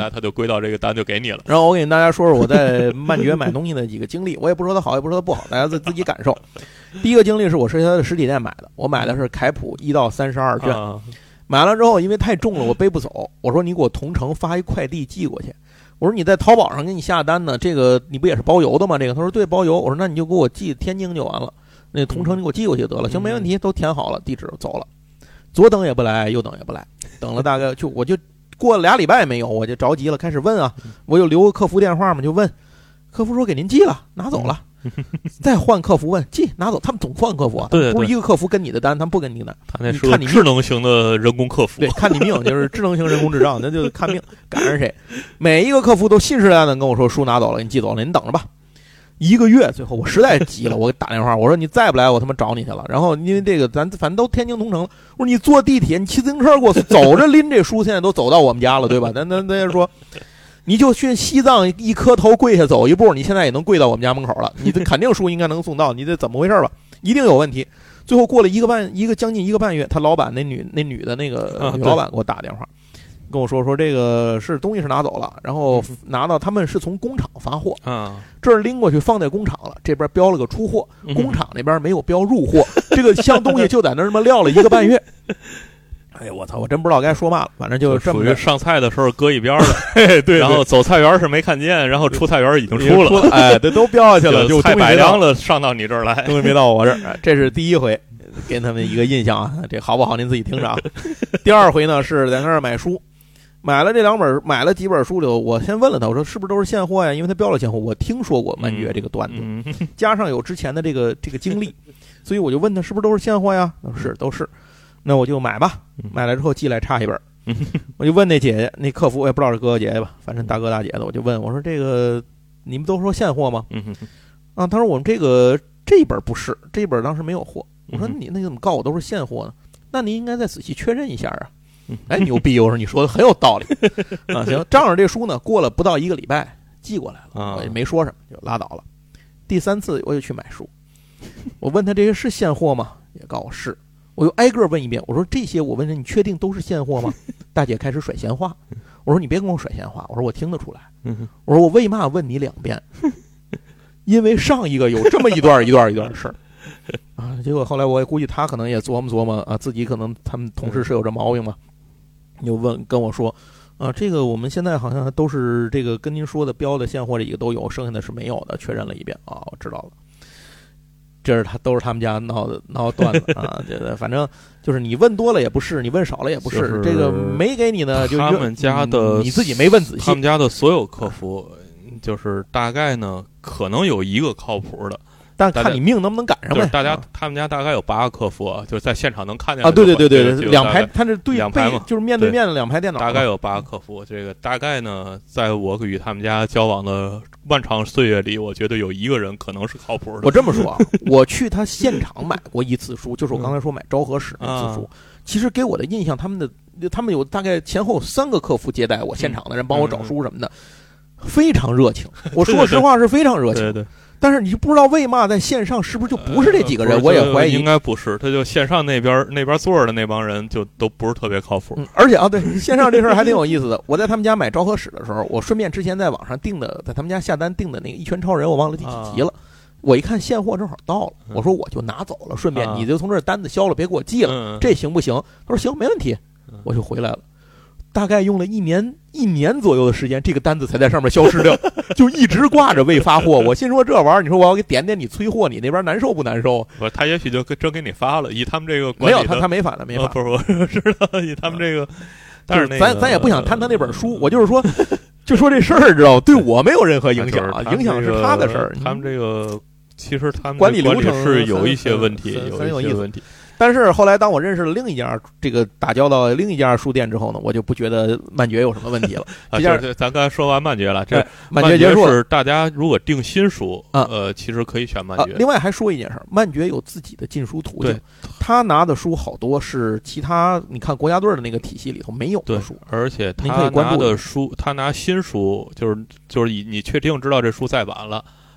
推到这个单就给你了。 然后我给大家说说我在漫觉买东西的几个经历，我也不说它好，也不说它不好，大家自己感受。第一个经历是我是在它的实体店买的，我买的是凯普1到32卷，买了之后因为太重了我背不走，我说你给我同城发一快递寄过去。我说你在淘宝上给你下单呢，这个你不也是包邮的吗？这个他说对，包邮。我说那你就给我寄天津就完了，那同城你给我寄过去得了。行，没问题，都填好了，地址走了。左等也不来，右等也不来，等了大概我就过了2礼拜也没有，我就着急了，开始问啊，我有留个客服电话嘛，就问客服说给您寄了，拿走了。再换客服问寄拿走，他们总换客服啊， 对， 不是一个客服跟你的单，他们不跟你的单， 他那是个智能型的人工客服， 对，看你命，就是智能型人工智障，那就看命，赶上谁。每一个客服都信誓旦旦的跟我说书拿走了，你寄走了，您等着吧。1个月，最后我实在急了，我给打电话，我说你再不来，我他妈找你去了。然后因为这个咱反正都天津同城了，我说你坐地铁，你骑自行车过去，走着拎这书，现在都走到我们家了，对吧？咱就说。你就去西藏一磕头跪下走一步，你现在也能跪到我们家门口了。你这肯定书应该能送到，你这怎么回事吧？一定有问题。最后过了将近1个半月，他老板那女的那个女老板给我打电话，跟我说这个是东西是拿走了，然后拿到他们是从工厂发货啊，这儿拎过去放在工厂了，这边标了个出货，工厂那边没有标入货，这个箱东西就在那儿撂了1个半月。哎呀，我操！我真不知道该说嘛了，反正就属于上菜的时候搁一边了，对，然后走菜园是没看见，然后出菜园已经出了， 哎，这都标下去了， 就菜摆凉了，上到你这儿来， 东西没到我这儿，这是第一回，给他们一个印象啊，这好不好您自己听着啊。第二回呢是在那儿买书，买了几本书里头，我先问了他，我说是不是都是现货呀？因为他标了现货，我听说过漫觉这个段子，加上有之前的这个经历，所以我就问他是不是都是现货呀？是，都是。那我就买吧，买来之后寄来差1本，我就问那姐姐，那客服我也不知道是哥哥姐姐吧，反正大哥大姐的，我就问我说这个你们都说现货吗？啊，他说我们这一本不是，这一本当时没有货。我说你那怎么告我都是现货呢？那您应该再仔细确认一下啊。哎，牛逼！我说你说的很有道理啊。行，仗着这书呢，过了不到1个礼拜寄过来了，我也没说什么，就拉倒了。第3次我又去买书，我问他这些是现货吗？也告我是。我又挨个问一遍，我说这些我问他你确定都是现货吗？大姐开始甩闲话，我说你别跟我甩闲话，我说我听得出来，我说我为嘛问你2遍？因为上一个有这么一段的事儿啊。结果后来我也估计他可能也琢磨啊，自己可能他们同事是有这毛病嘛，又跟我说啊，这个我们现在好像都是这个跟您说的标的现货这几个都有，剩下的是没有的，确认了一遍啊，我知道了。这是都是他们家闹段子啊，反正就是你问多了也不是，你问少了也不是，这个没给你呢，就他们家的你自己没问仔细。 他们家的所有客服，就是大概呢，可能有1个靠谱的， 但看你命能不能赶上呗。 他们家大概有8个客服啊，就是在现场能看见啊。对，两排，他这 2排嘛， 就是面对面的2排电脑， 大概有8个客服。这个大概呢，在我与他们家交往的漫长岁月里，我觉得有1个人可能是靠谱的。 我这么说啊，我去他现场买过1次书，就是我刚才说买昭和史那次书。其实给我的印象，他们有大概前后3个客服接待我，现场的人帮我找书什么的，非常热情。我说实话是非常热情。 对。 但是你就不知道为嘛在线上是不是就不是这几个人，我也怀疑应该不是，他就线上那边坐着的那帮人就都不是特别靠谱。 而且啊，对线上这事儿还挺有意思的。我在他们家买昭和史的时候，我顺便之前在网上订的，在他们家下单订的那个一拳超人，我忘了第几集了。我一看现货正好到了，我说我就拿走了，顺便你就从这儿单子销了，别给我寄了，这行不行？他说行，没问题，我就回来了。大概用了一年左右的时间，这个单子才在上面消失掉，就一直挂着未发货。我心说这玩意儿，你说我要给点你催货，你那边难受不难受？ 不，他也许就真给你发了。以他们这个没有他没发的，没发。 不是，我知道以他们这个，但是咱也不想谈他那本书，我就是说，就说这事儿，知道对我没有任何影响啊，影响是他的事儿。 他们这个其实他们管理流程是有一些问题， 有一些问题。 但是后来，当我认识了另一家这个打交道另一家书店之后呢，我就不觉得漫觉有什么问题了。 就是咱刚才说完漫觉了，这漫觉结束是大家如果订新书其实可以选漫觉。 另外还说一件事，漫觉有自己的进书途径，他拿的书好多是其他你看国家队的那个体系里头没有的书， 而且他拿的书，他拿新书就是你确定知道这书再版了。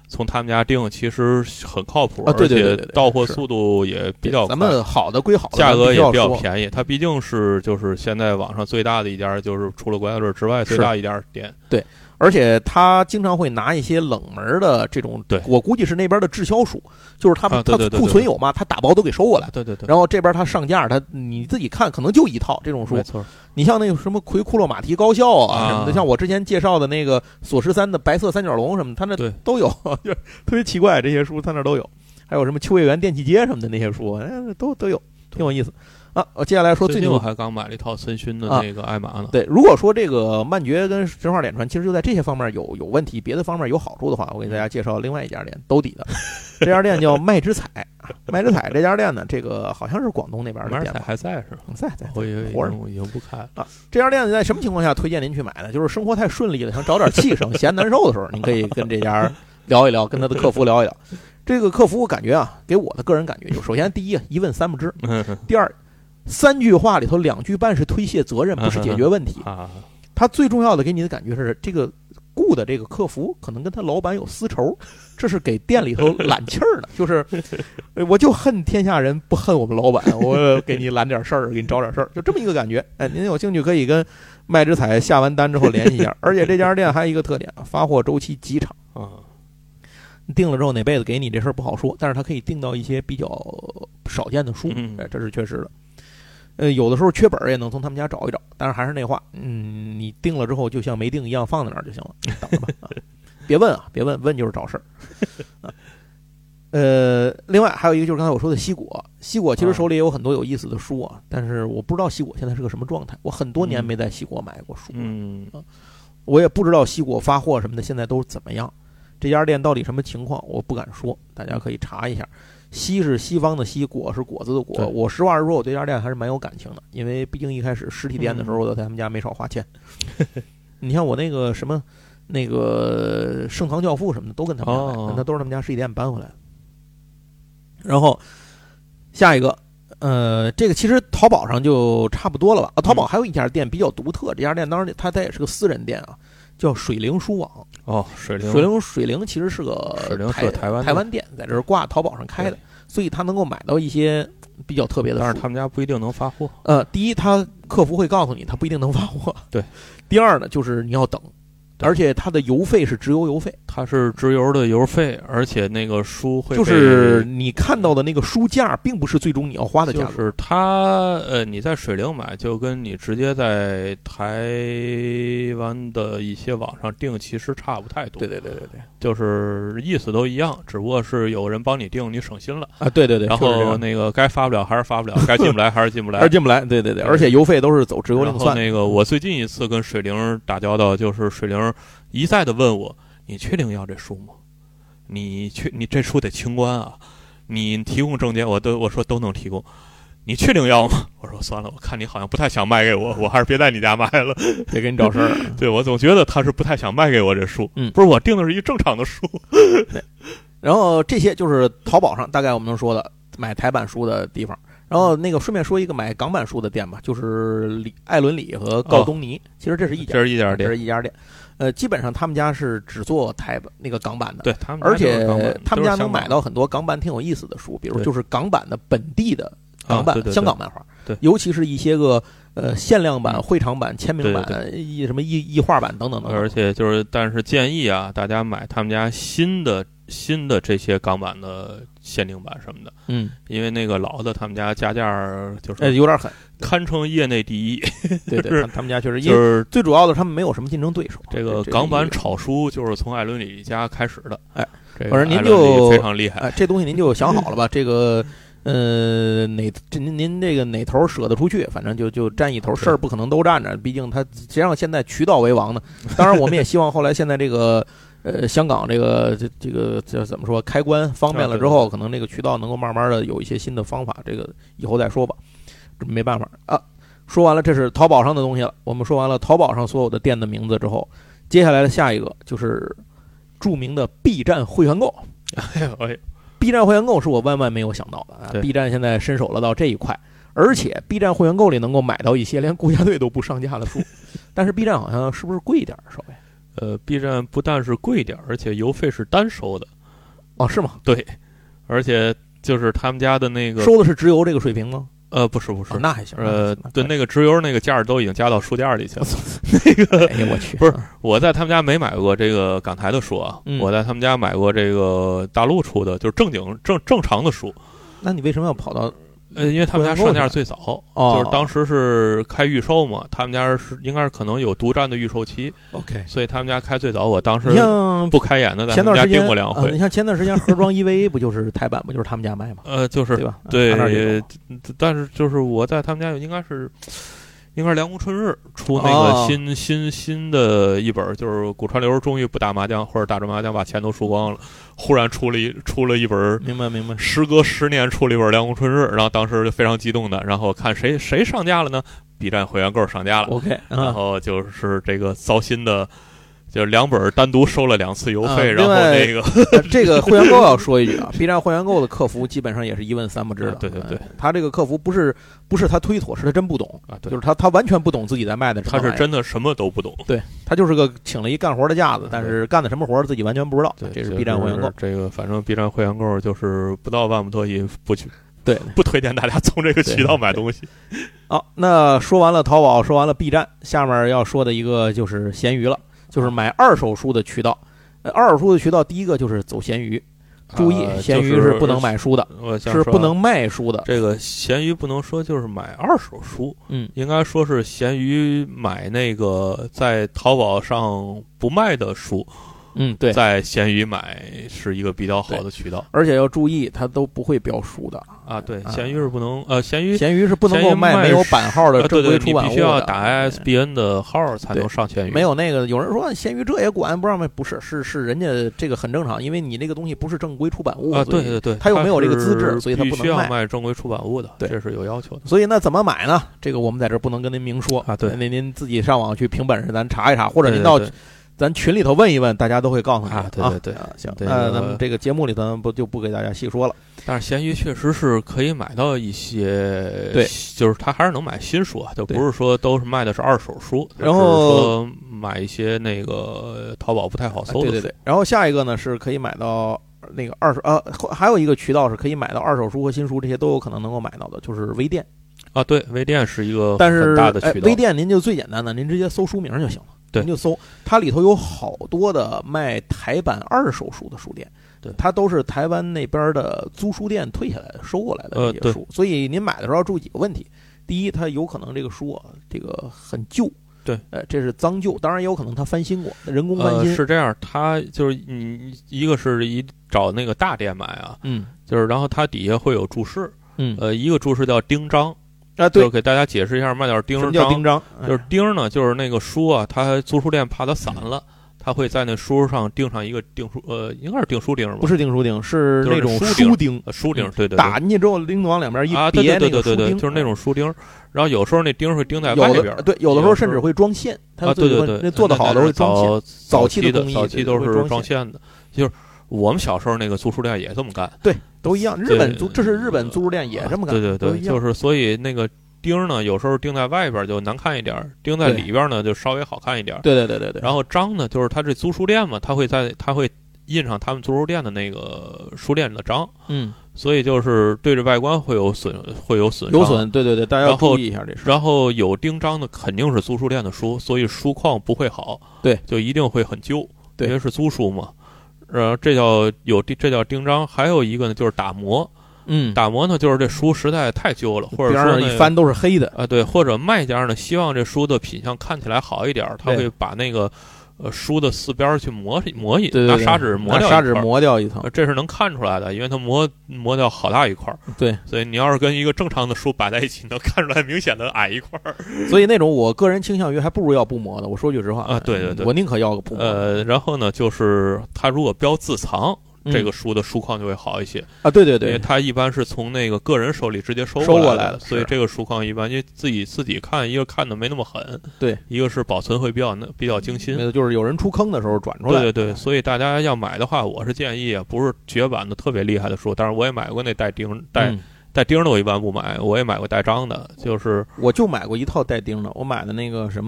从他们家订其实很靠谱， 对对对， 而且到货速度也比较快。 咱们好的归好的， 价格也比较便宜。它毕竟是就是现在网上最大的一家，就是除了国家队之外最大一家店。 对，而且他经常会拿一些冷门的这种， 对， 我估计是那边的滞销书，就是他库存有嘛，他打包都给收过来。 对对对。 然后这边他上架，你自己看可能就一套这种书。 没错。 你像那个什么奎库洛马提高校啊什么的，像我之前介绍的那个索13的白色三角龙什么的，他那都有，就特别奇怪，这些书他那都有。还有什么秋叶原电器街什么的那些书，都有，挺有意思。我接下来说最近我还刚买了一套森勋的那个艾玛呢。 对，如果说这个漫爵跟神话脸传其实就在这些方面有问题，别的方面有好处的话，我给大家介绍另外一家店，兜底的。这家店叫麦之彩，麦之彩这家店呢，这个好像是广东那边的店。 麦之彩还在是吧？ 在， 我以为已经不开了啊。这家店在什么情况下推荐您去买呢？就是生活太顺利了，想找点气生，闲难受的时候，您可以跟这家聊一聊，跟他的客服聊一聊。这个客服我感觉啊，给我的个人感觉，就首先第一一问三不知，第二3句话里头2句半是推卸责任，不是解决问题。他最重要的给你的感觉是，这个雇的这个客服可能跟他老板有私仇，这是给店里头揽气儿的。就是我就恨天下人不恨我们老板，我给你揽点事儿，给你找点事儿，就这么一个感觉。您有兴趣可以跟麦之彩下完单之后联系一下。而且这家店还有一个特点，发货周期极长订了之后哪辈子给你这事儿不好说，但是他可以订到一些比较少见的书，这是确实的。有的时候缺本也能从他们家找一找，但是还是那话，你订了之后就像没订一样放在那儿就行了，等着吧别问啊，别问就是找事儿。另外还有一个就是刚才我说的西果其实手里也有很多有意思的书啊，但是我不知道西果现在是个什么状态，我很多年没在西果买过书我也不知道西果发货什么的现在都怎么样。这家店到底什么情况我不敢说，大家可以查一下。西是西方的西，果是果子的果。我实话实说，我对这家店还是蛮有感情的，因为毕竟一开始实体店的时候，我在他们家没少花钱。你像我那个什么，那个盛唐教父什么的，都跟他们家买，那都是他们家实体店搬回来的。然后下一个，这个其实淘宝上就差不多了吧？淘宝还有一家店比较独特，这家店当然它也是个私人店啊。叫水灵书网水灵其实是个台湾店，在这儿挂淘宝上开的，所以他能够买到一些比较特别的书。 但是他们家不一定能发货。 第一，他客服会告诉你他不一定能发货。 对。 第二呢，就是你要等，而且它的邮费是直邮费， 它是直邮的邮费，而且那个书会就是你看到的那个书价，并不是最终你要花的价格。 就是它你在水灵买，就跟你直接在台湾的一些网上订其实差不太多。 对， 就是意思都一样，只不过是有人帮你订，你省心了啊。对， 然后那个该发不了还是发不了，该进不来还是进不来， 对，而且邮费都是走直邮另算。 那个我最近一次跟水灵打交道，就是水灵一再的问我，你确定要这书吗？你这书得清关啊，你提供证件我说都能提供，你确定要吗？我说算了，我看你好像不太想卖给我，我还是别在你家卖了， 得给你找事儿。 对，我总觉得他是不太想卖给我这书，不是我订的是一正常的书。 对，然后这些就是淘宝上大概我们能说的买台版书的地方。然后那个顺便说一个买港版书的店吧，就是艾伦里和告东尼，其实这是一家店。基本上他们家是只做那个港版的， 对，他们而且他们家能买到很多港版挺有意思的书，比如就是港版的本地的港版香港漫画， 对， 尤其是一些个限量版、会场版、签名版、什么异画版等等。 而且就是，但是建议啊，大家买他们家新的这些港版的限定版什么的，因为那个老的他们家加价就是有点狠， 堪称业内第一。 对，他们家确实，就是最主要的，他们没有什么竞争对手。 这个港版炒书就是从艾伦里家开始的， 反正您就非常厉害。 这东西您就想好了吧？这个您这个哪头舍得出去，反正就占一头，事儿不可能都占着，毕竟它谁让现在渠道为王呢？当然，我们也希望后来现在这个。香港这个叫怎么说？开关方便了之后，可能这个渠道能够慢慢的有一些新的方法，这个以后再说吧，没办法啊。说完了，这是淘宝上的东西了。我们说完了淘宝上所有的店的名字之后，接下来的下一个就是著名的 B 站会员购。B 站会员购是我万万没有想到的啊 ！B 站现在伸手了到这一块，而且 B 站会员购里能够买到一些连国家队都不上架的书，但是 B 站好像是不是贵一点稍微？ B 站不但是贵点，而且邮费是单收的。 哦，是吗？ 对，而且就是他们家的那个收的是直邮这个水平吗？ 不是， 那还行。 对，那个直邮那个件都已经加到书架里去了。 那个，哎呀，我去， 不是，我在他们家没买过这个港台的书啊，我在他们家买过这个大陆出的，就是正常的书。 那你为什么要跑到？ 因为他们家上架最早，就是当时是开预售嘛，他们家应该是可能有独占的预售期 ，OK， 所以他们家开最早。我当时不开眼的，在他们家订过2回。 你像前段时间盒装 EVA 不就是台版不就是他们家卖吗？ 就是对吧？ 对，但是就是我在他们家应该是凉宫春日出那个新的一本，就是古川流终于不打麻将或者打着麻将把钱都输光了，忽然出了一本， 明白。 时隔10年出了一本凉宫春日，然后当时就非常激动的，然后看谁上架了呢 ？B 站会员购上架了 ，OK， 然后就是这个糟心的。就是2本单独收了2次邮费，然后那个这个会员购要说一句啊，B 站会员购的客服基本上也是一问三不知的。 对， 他这个客服不是他推脱，是他真不懂啊，对， 就是他完全不懂自己在卖的什么。 他是真的什么都不懂， 对他就是个请了一干活的架子，但是干的什么活自己完全不知道。 对， 这是 B 站会员购。 这个反正 B 站会员购就是不到万不得已不去。 对， 不推荐大家从这个渠道买东西。 好，那说完了淘宝，说完了 B 站，下面要说的一个就是闲鱼了。就是买二手书的渠道，二手书的渠道第一个就是走闲鱼，注意，闲鱼是不能买书的，是不能卖书的。 这个闲鱼不能说就是买二手书，应该说是闲鱼买那个在淘宝上不卖的书。 对， 在闲鱼买是一个比较好的渠道， 而且要注意，它都不会标书的啊。对，闲鱼是不能闲鱼是不能够卖没有版号的正规出版物的， 你必须要打 ISBN 的号才能上闲鱼。 没有那个，有人说闲鱼这也管不让卖，不是，是人家这个很正常，因为你那个东西不是正规出版物啊。对， 它又没有这个资质，所以它不能卖。 必须要卖正规出版物的，这是有要求的。 所以那怎么买呢？这个我们在这不能跟您明说啊。对， 您自己上网去凭本事咱查一查，或者您到咱群里头问一问，大家都会告诉你啊。对， 行，那咱们这个节目里头就不给大家细说了。 但是闲鱼确实是可以买到一些， 对， 就是它还是能买新书啊，就不是说都是卖的是二手书， 然后说买一些那个淘宝不太好搜的书。 对。然后下一个呢是可以买到那个二手还有一个渠道是可以买到二手书和新书，这些都有可能能够买到的，就是微店啊。对，微店是一个很大的渠道。 微店您就最简单的，您直接搜书名就行了。 对， 您就搜，它里头有好多的卖台版二手书的书店， 对， 它都是台湾那边的租书店退下来的、收过来的这些书，所以您买的时候要注意几个问题。第一，它有可能这个书啊，这个很旧， 对， 这是脏旧，当然也有可能它翻新过，人工翻新。 是这样，它就是你一个是找那个大店买啊，就是然后它底下会有注释，一个注释叫钉章。 啊，对， 就给大家解释一下，卖点钉章。 什么叫钉章？ 就是钉呢，就是那个书啊，它租书店怕它散了，它会在那书上钉上一个钉书，应该是钉书钉吧？ 不是钉书钉，是那种书钉。 书钉，对， 打进去之后，钉子往两边一别， 对， 就是那种书钉。然后有时候那钉会钉在外边， 对，有的时候甚至会装线。 对， 那做的好的会装线。 早期的工艺， 早期都是装线的，就是我们小时候那个租书店也这么干。 对，都一样。这是日本租书店也这么干。 对，就是所以那个。钉呢，有时候钉在外边就难看一点，钉在里边呢就稍微好看一点。 对。 然后章呢，就是它这租书店嘛，它会印上他们租书店的那个书店的章。所以就是对着外观会有损伤。对， 大家要注意一下这事。 然后有钉章的肯定是租书店的书，所以书况不会好。 对， 就一定会很旧， 对， 因为是租书嘛。这叫钉章。还有一个呢，就是打磨。打磨呢，就是这书实在太旧了，或者说一翻都是黑的啊，对，或者卖家呢希望这书的品相看起来好一点，他会把那个书的四边去磨一，拿砂纸磨掉一层， 这是能看出来的，因为它磨掉好大一块。 对， 所以你要是跟一个正常的书摆在一起，能看出来明显的矮一块。 所以那种我个人倾向于还不如要不磨的，我说句实话啊，对， 我宁可要个不磨。 然后呢，就是他如果标自藏。这个书的书况就会好一些啊，对， 因为它一般是从那个个人手里直接收过来的，所以这个书况一般，因为自己看，一个看的没那么狠， 对， 一个是保存会比较精心， 就是有人出坑的时候转出来， 对，所以大家要买的话，我是建议啊，不是绝版的特别厉害的书，但是我也买过那带钉的，我一般不买，我也买过带章的，就是我就买过一套带钉的，我买的那个什么。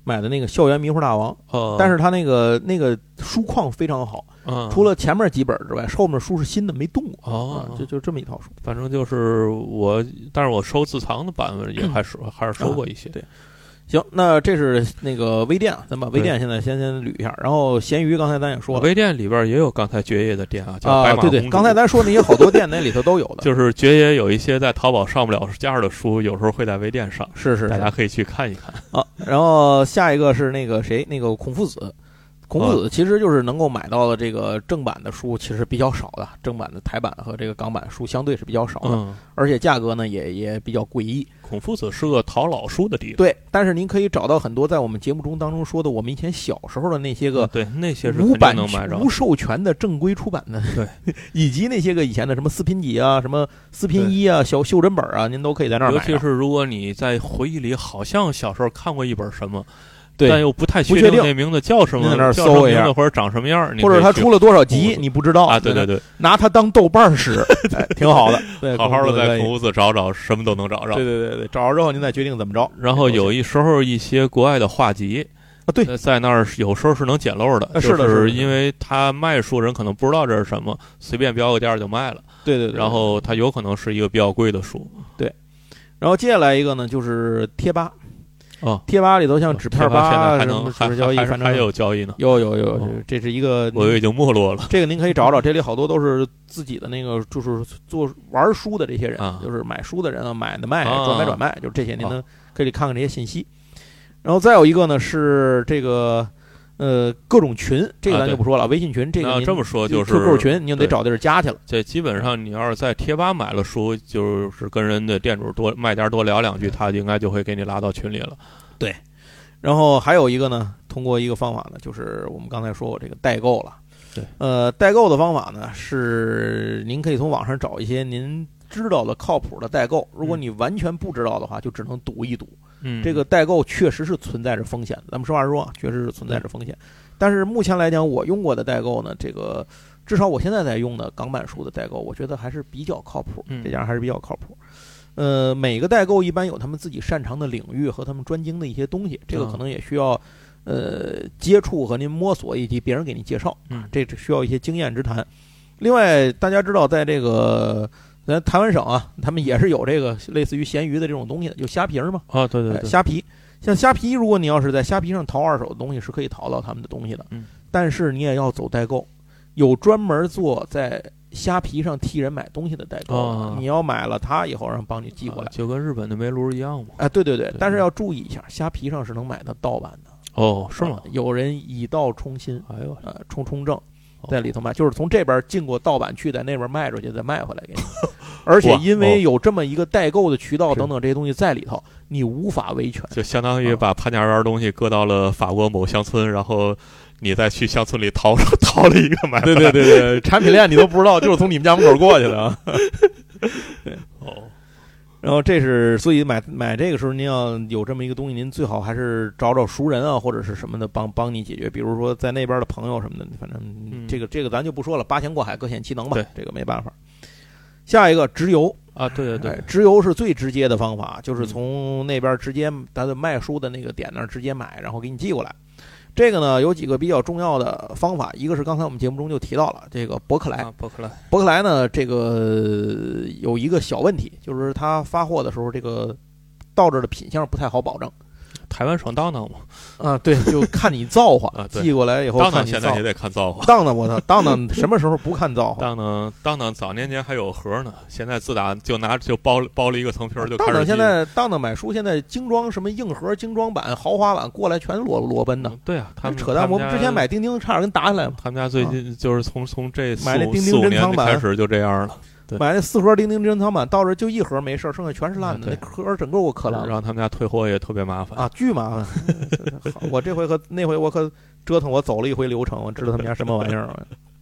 买的那个《校园迷糊大王》，但是他那个书况非常好，除了前面几本之外，后面书是新的没动过，就这么一套书。 反正就是但是我收自藏的版本也还是收过一些。 对。行，那这是那个微店，咱把微店现在先捋一下。然后闲鱼刚才咱也说了， 微店里边也有刚才爵爷的店啊，叫白马公主。 对，刚才咱说那些好多店那里头都有的。 就是爵爷有一些在淘宝上不了架的书，有时候会在微店上， 是大家可以去看一看啊。然后下一个是那个谁，那个孔夫子。孔夫子其实就是能够买到的这个正版的书，其实比较少的，正版的台版和这个港版书相对是比较少的，而且价格呢也比较诡异。 孔夫子是个淘老书的地方， 对，但是您可以找到很多在我们节目当中说的我们以前小时候的那些个， 对，那些是无版能买着无授权的正规出版的， 对， 以及那些个以前的什么四拼几啊、什么四拼一啊、小袖珍本啊，您都可以在那儿买。 尤其是如果你在回忆里好像小时候看过一本什么。 对， 但又不太确定那名字叫什么， 在那儿搜一下， 或者长什么样， 或者他出了多少集你不知道啊？对， 拿它当豆瓣使，挺好的。对， 好好的在孔夫子找，什么都能找着。 对，找着之后您再决定怎么着。 然后有一时候一些国外的画集啊，对， 在那儿有时候是能捡漏的， 是的， 是因为他卖书人可能不知道这是什么，随便标个价就卖了。 对， 然后他有可能是一个比较贵的书。 对，然后接下来一个呢就是贴吧。贴吧里头像纸片吧什么纸质交易，反正还有交易呢。 有，这是一个我以为已经没落了。 这个您可以找找，这里好多都是自己的那个，就是做玩书的这些人，就是买书的人啊，买的卖，转卖，就是这些您呢可以看看这些信息。然后再有一个呢是这个各种群，这个咱就不说了，微信群这个这么说就是 QQ 群，您就得找地儿加去了。 这基本上你要是在贴吧买了书，就是跟人的店主卖家多聊两句，他应该就会给你拉到群里了。 对，然后还有一个呢，通过一个方法呢，就是我们刚才说过这个代购了。 对， 代购的方法呢是您可以从网上找一些您知道的靠谱的代购，如果你完全不知道的话，就只能赌一赌。这个代购确实是存在着风险的，咱们实话实说，确实是存在着风险。但是目前来讲，我用过的代购呢，这个至少我现在在用的港版书的代购，我觉得还是比较靠谱，这家还是比较靠谱。每个代购一般有他们自己擅长的领域和他们专精的一些东西，这个可能也需要接触和您摸索，以及别人给您介绍，这只需要一些经验之谈。另外，大家知道，在这个咱台湾省啊，他们也是有这个类似于闲鱼的这种东西的，就虾皮嘛。 啊，对， 虾皮，像虾皮，如果你要是在虾皮上淘二手的东西，是可以淘到他们的东西的。但是你也要走代购，有专门做在虾皮上替人买东西的代购，你要买了他以后让帮你寄过来， 就跟日本的煤炉一样嘛。 哎，对，但是要注意一下，虾皮上是能买到盗版的。 哦，是吗？ 有人以盗充新， 哎呦， 充正。在里头卖，就是从这边进过盗版去，在那边卖出去，再卖回来给你。而且因为有这么一个代购的渠道等等这些东西在里头，你无法维权。 就相当于把潘家园东西搁到了法国某乡村，然后你再去乡村里淘了一个买。 对，产品链你都不知道，就是从你们家门口过去的啊。对，然后这是，所以买这个时候，您要有这么一个东西，您最好还是找熟人啊，或者是什么的帮你解决。比如说在那边的朋友什么的，反正这个咱就不说了，八仙过海各显其能吧，这个没办法。下一个直邮啊，对， 直邮是最直接的方法，就是从那边直接他的卖书的那个点那儿直接买，然后给你寄过来。这个呢有几个比较重要的方法，一个是刚才我们节目中就提到了这个博客来，博客来呢这个有一个小问题，就是他发货的时候这个到这儿的品相不太好保证。 台湾省当当嘛， 啊，对，就看你造化寄过来以后看你造化， 当当现在也得看造化。 当当我操，当当什么时候不看造化？ 当当早年间还有盒呢，现在自打就包了一个层皮就开始。 当当现在当当买书现在精装什么硬盒、精装版、豪华版过来全裸奔的。 对啊，他们扯淡！我们之前买钉钉差点跟打起来了。 他们家最近就是从这买那钉钉珍藏版开始就这样了。 买那4盒钉钉珍藏版，到这就1盒没事，剩下全是烂的，那盒整个我磕烂了。 让他们家退货也特别麻烦啊，巨麻烦。我这回和那回我可折腾，我走了一回流程，我知道他们家什么玩意儿。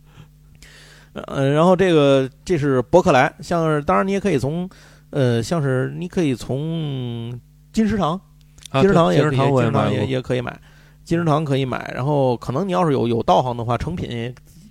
然后这是博客来，像是当然你也可以从像是你可以从金石堂，金石堂也可以买，金石堂可以买。然后可能你要是有道行的话，成品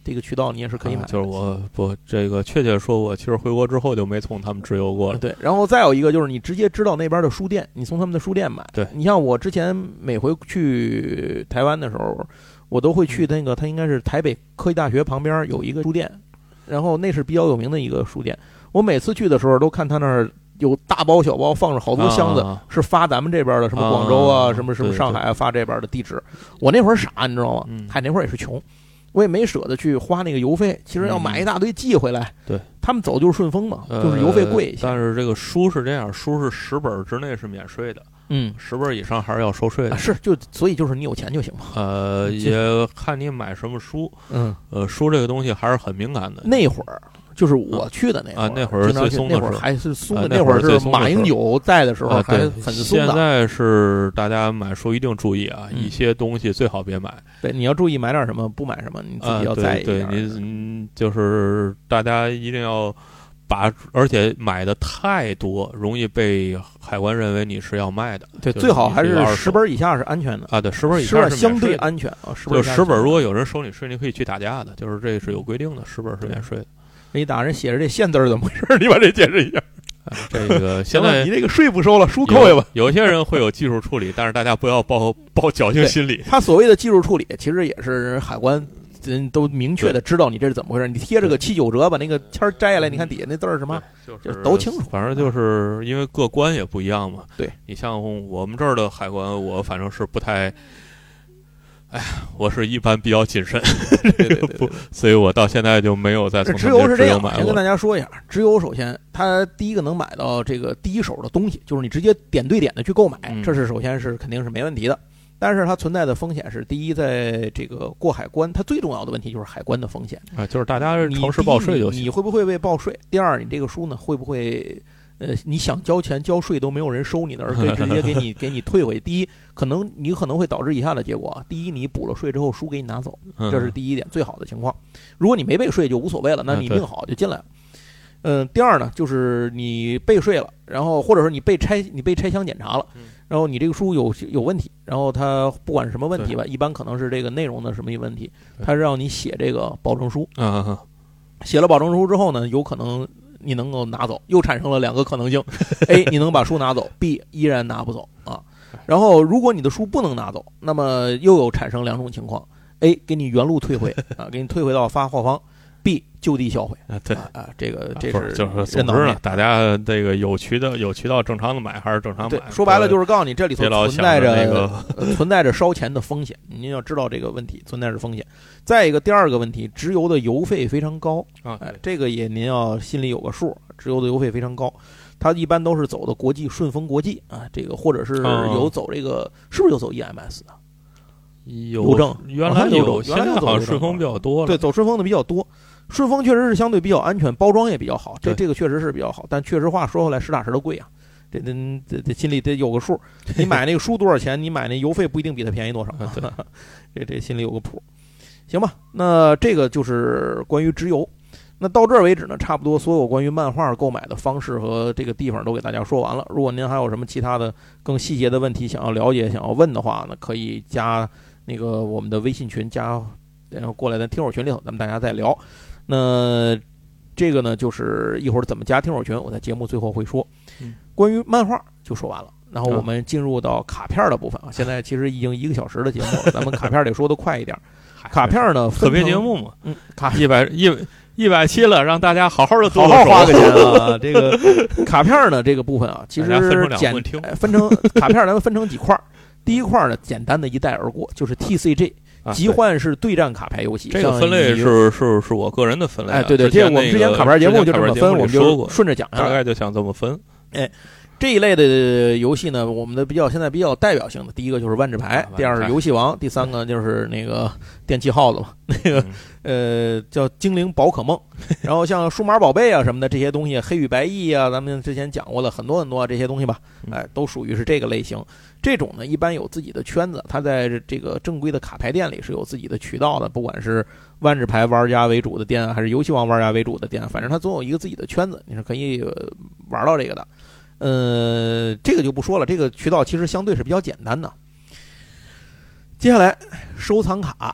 这个渠道你也是可以买的。 就是我不这个确切说，我其实回国之后就没从他们直邮过了。 对，然后再有一个就是你直接知道那边的书店，你从他们的书店买。 对， 你像我之前每回去台湾的时候，我都会去那个，它应该是台北科技大学旁边有一个书店，然后那是比较有名的一个书店。我每次去的时候都看他那儿有大包小包放着好多箱子，是发咱们这边的什么广州啊，什么上海啊，发这边的地址。我那会儿傻，你知道吗？还那会儿也是穷，我也没舍得去花那个邮费。其实要买一大堆寄回来， 对， 他们走就是顺丰嘛，就是邮费贵一些。 但是这个书是这样，书是10本之内是免税的。10本以上还是要收税的。 是，所以就是你有钱就行嘛。 也看你买什么书。书这个东西还是很敏感的。 那会儿就是我去的那会儿， 那会儿最松的时候， 那会儿还是松的，那会儿是马英九在的时候还很松的。 现在是大家买书一定注意啊，一些东西最好别买。 对，你要注意买点什么，不买什么，你自己要在意。 对，你就是大家一定要。而且买的太多，容易被海关认为你是要卖的。 对，最好还是10本以下是安全的啊。对，10本以下是相对安全啊。 就10本，如果有人收你税，你可以去打架的，就是这是有规定的，10本是免税的。 你打人写着这现字怎么回事？你把这解释一下。 这个现在你这个税不收了，书扣下吧。 有些人会有技术处理，但是大家不要抱侥幸心理。 他所谓的技术处理，其实也是海关。人都明确的知道你这是怎么回事，你贴着个79折，把那个签摘下来，你看底下那字是什么， 就是都清楚。 反正就是因为各关也不一样嘛。 对， 你像我们这儿的海关，我反正是不太，我是一般比较谨慎， 对， 所以我到现在就没有再从直邮是这样。 买过。 先跟大家说一下，直邮首先它第一个能买到这个第一手的东西，就是你直接点对点的去购买，这是首先是肯定是没问题的。但是它存在的风险是，第一，在这个过海关，它最重要的问题就是海关的风险啊，就是大家诚实报税就行。 你会不会被报税？第二，你这个书呢，会不会你想交钱交税都没有人收你的，而可以直接给你退回？第一，你可能会导致以下的结果：第一，你补了税之后书给你拿走，这是第一点最好的情况。如果你没被税就无所谓了，那你命好就进来了。第二呢，就是你被税了，然后或者说你被拆箱检查了。然后你这个书有问题，然后他不管是什么问题吧，一般可能是这个内容的什么问题，他是让你写这个保证书。写了保证书之后呢，有可能你能够拿走，又产生了2个可能性：A 你能把书拿走 ，B 依然拿不走啊。然后如果你的书不能拿走，那么又有产生2种情况：A 给你原路退回啊，给你退回到发货方。B 就地销毁啊，对啊，这是就是总之呢，大家这个有渠道正常的买还是正常买。 对，说白了就是告诉你这里头存在着烧钱的风险，您要知道这个问题存在着风险。再一个，第二个问题，直邮的邮费非常高啊，这个也您要心里有个数，直邮的邮费非常高，它一般都是走的国际顺丰国际啊，这个或者是有走这个是不是有走 EMS 的？邮政原来现在好像顺丰比较多了， 对，走顺丰的比较多。顺丰确实是相对比较安全，包装也比较好，这个确实是比较好。但确实话说回来，实打实的贵啊，这心里得有个数。你买那个书多少钱，你买那邮费不一定比它便宜多少，这心里有个谱，行吧？那这个就是关于直邮。那到这儿为止呢，差不多所有关于漫画购买的方式和这个地方都给大家说完了。如果您还有什么其他的更细节的问题想要了解、想要问的话呢，可以加那个我们的微信群，然后过来咱听友群里头，咱们大家再聊。那这个呢，就是一会儿怎么加听友群，我在节目最后会说。关于漫画就说完了，然后我们进入到卡片的部分啊。现在其实已经1个小时的节目了，咱们卡片得说得快一点。卡片呢， 特别节目嘛，100期了，让大家好好的好花个钱啊。这个卡片呢，这个部分啊，其实分成卡片，咱们分成几块。第一块呢，简单的一带而过，就是 TCG。集幻式对战卡牌游戏， 这个分类是我个人的分类。 哎，对，这我们之前卡牌节目就这么分，我们就顺着讲， 大概就想这么分。 哎，这一类的游戏呢，我们的现在比较代表性的，第一个就是万智牌，第二是游戏王，第三个就是那个电气耗子嘛，那个叫精灵宝可梦，然后像数码宝贝啊什么的这些东西，黑与白翼啊，咱们之前讲过了很多很多这些东西吧，哎，都属于是这个类型。这种呢，一般有自己的圈子，它在这个正规的卡牌店里是有自己的渠道的，不管是万智牌玩家为主的店，还是游戏王玩家为主的店，反正它总有一个自己的圈子，你是可以玩到这个的。这个就不说了，这个渠道其实相对是比较简单的。接下来收藏卡，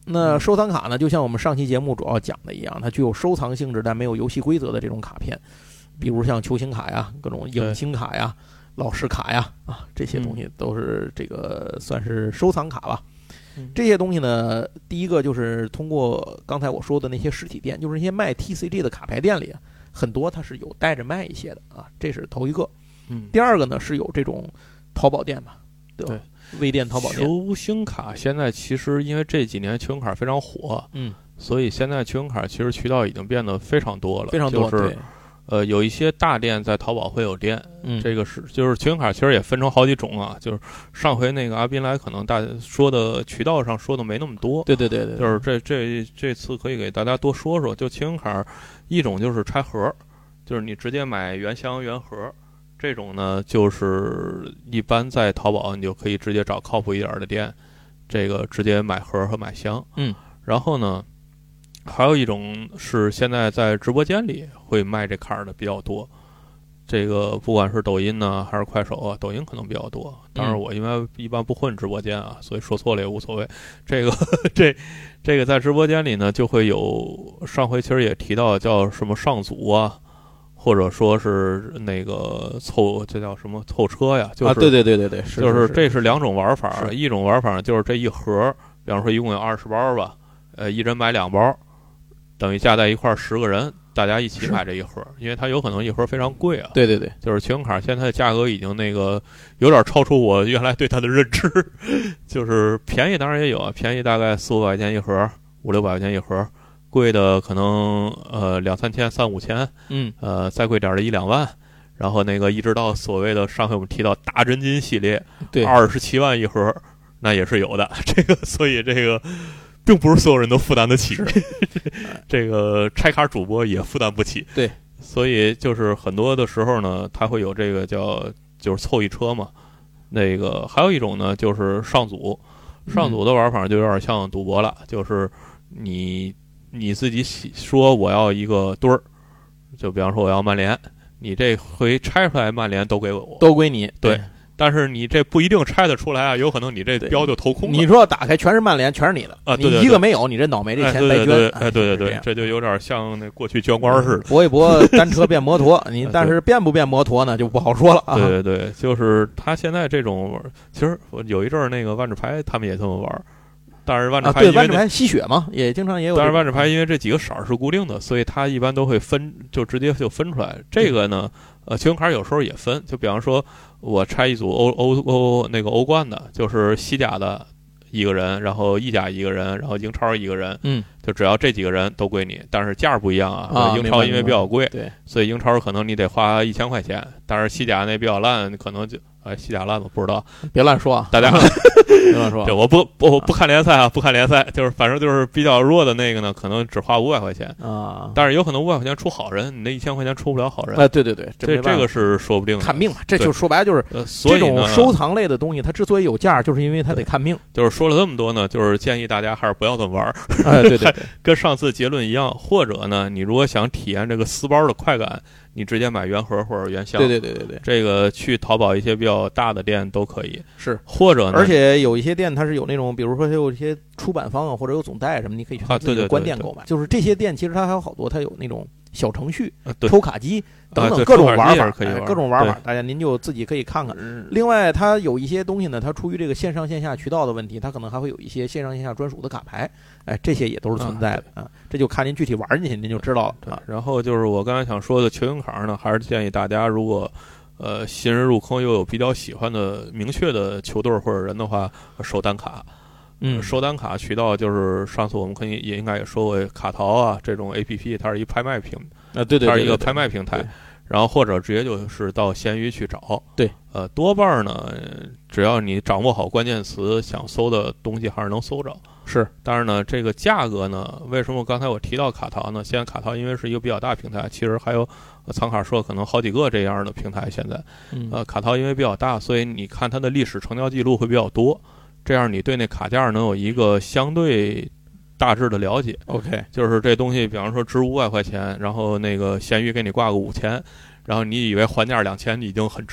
那收藏卡呢，就像我们上期节目主要讲的一样，它具有收藏性质但没有游戏规则的这种卡片，比如像球星卡呀、各种影星卡呀、老师卡呀这些东西都是这个算是收藏卡吧。这些东西呢，第一个就是通过刚才我说的那些实体店，就是那些卖 TCG 的卡牌店里很多它是有带着卖一些的这是头一个。第二个呢是有这种淘宝店吧，对吧？微店、淘宝店。 球星卡现在其实因为这几年球星卡非常火，所以现在球星卡其实渠道已经变得非常多了， 非常多。 就是有一些大店在淘宝会有店，这个是就是球星卡其实也分成好几种啊。就是上回那个阿斌来，可能大家说的渠道上说的没那么多。 对， 就是这次可以给大家多说说。就球星卡，一种就是拆盒，就是你直接买原箱原盒，这种呢就是一般在淘宝你就可以直接找靠谱一点的店，这个直接买盒和买箱。然后呢。还有一种是现在在直播间里会卖这卡的比较多，这个不管是抖音呢还是快手啊，抖音可能比较多。当然我因为一般不混直播间啊，所以说错了也无所谓。这个这个在直播间里呢就会有，上回其实也提到叫什么上组啊，或者说是那个这叫什么凑车呀，就是对， 就是这是两种玩法。一种玩法就是这一盒，比方说一共有20包吧，一人买2包。等于加在一块10个人，大家一起买这一盒，因为它有可能一盒非常贵啊。对，就是球星卡现在的价格已经那个有点超出我原来对它的认知，就是便宜当然也有啊，便宜大概400-500块钱一盒，500-600块钱一盒，贵的可能2-3千、3-5千，再贵点的1-2万，然后那个一直到所谓的上回我们提到大真金系列，对，27万一盒，那也是有的。这个所以这个。并不是所有人都负担得起，这个拆卡主播也负担不起。 对， 所以就是很多的时候呢，他会有这个就是凑一车嘛。那个还有一种呢，就是上组的玩法就有点像赌博了，就是你自己说我要一个堆儿，就比方说我要曼联，你这回拆出来曼联都给我， 都归你。 对。但是你这不一定拆得出来啊，有可能你这标就投空了。 你说打开全是曼联，全是你的啊， 你一个没有，你这脑梅这钱白捐。 对，这就有点像那过去捐官似的， 搏一搏，单车变摩托，你但是变不变摩托呢，就不好说了啊。 对，就是他现在这种，其实有一阵儿那个万智牌他们也这么玩。但是万智牌万智牌吸血嘛，也经常也有。 但是万智牌因为这几个色是固定的，所以它一般都会就直接就分出来。这个呢，球星卡有时候也分，就比方说我拆一组欧冠的，就是西甲的1个人，然后意甲1个人，然后英超1个人，就只要这几个人都归你，但是价不一样啊。英超因为比较贵， 对， 所以英超可能你得花1000块钱，但是西甲那比较烂，可能就。西甲烂了不知道， 别乱说啊！ 大家别乱说。 对，我不看联赛啊，不看联赛，就是反正就是比较弱的那个呢，可能只花500块钱啊。 但是有可能500块钱出好人，你那1000块钱出不了好人。 对， 这个是说不定的。 看命嘛，这就说白了就是这种收藏类的东西，它之所以有价，就是因为它得看命。 就是说了这么多呢，就是建议大家还是不要这么玩。 对， 跟上次结论一样。或者呢，你如果想体验这个撕包的快感。你直接买原盒或者原箱， 对， 这个去淘宝一些比较大的店都可以， 是， 或者呢， 而且有一些店它是有那种，比如说它有一些出版方啊，或者有总代什么，你可以去自己的官店购买。就是这些店其实它还有好多，它有那种小程序、抽卡机等等各种玩法，各种玩法，大家您就自己可以看看。另外，它有一些东西呢，它出于这个线上线下渠道的问题，它可能还会有一些线上线下专属的卡牌，这些也都是存在的啊。这就看您具体玩进去，您就知道了啊。 然后就是我刚才想说的球星卡呢，还是建议大家如果新人入坑又有比较喜欢的明确的球队或者人的话，收单卡。收单卡渠道就是上次我们也应该也说过，卡淘啊这种 APP， 它是一拍卖平对， 它是一个拍卖平台。然后或者直接就是到闲鱼去找， 对， 多半呢，只要你掌握好关键词，想搜的东西还是能搜着。 是， 但是呢，这个价格呢，为什么刚才我提到卡淘呢？现在卡淘因为是一个比较大平台，其实还有藏卡社可能好几个这样的平台。现在，卡淘因为比较大，所以你看它的历史成交记录会比较多，这样你对那卡价能有一个相对大致的了解。 OK， 就是这东西比方说值500块钱，然后那个闲鱼给你挂个5000，然后你以为还价2000已经很值了，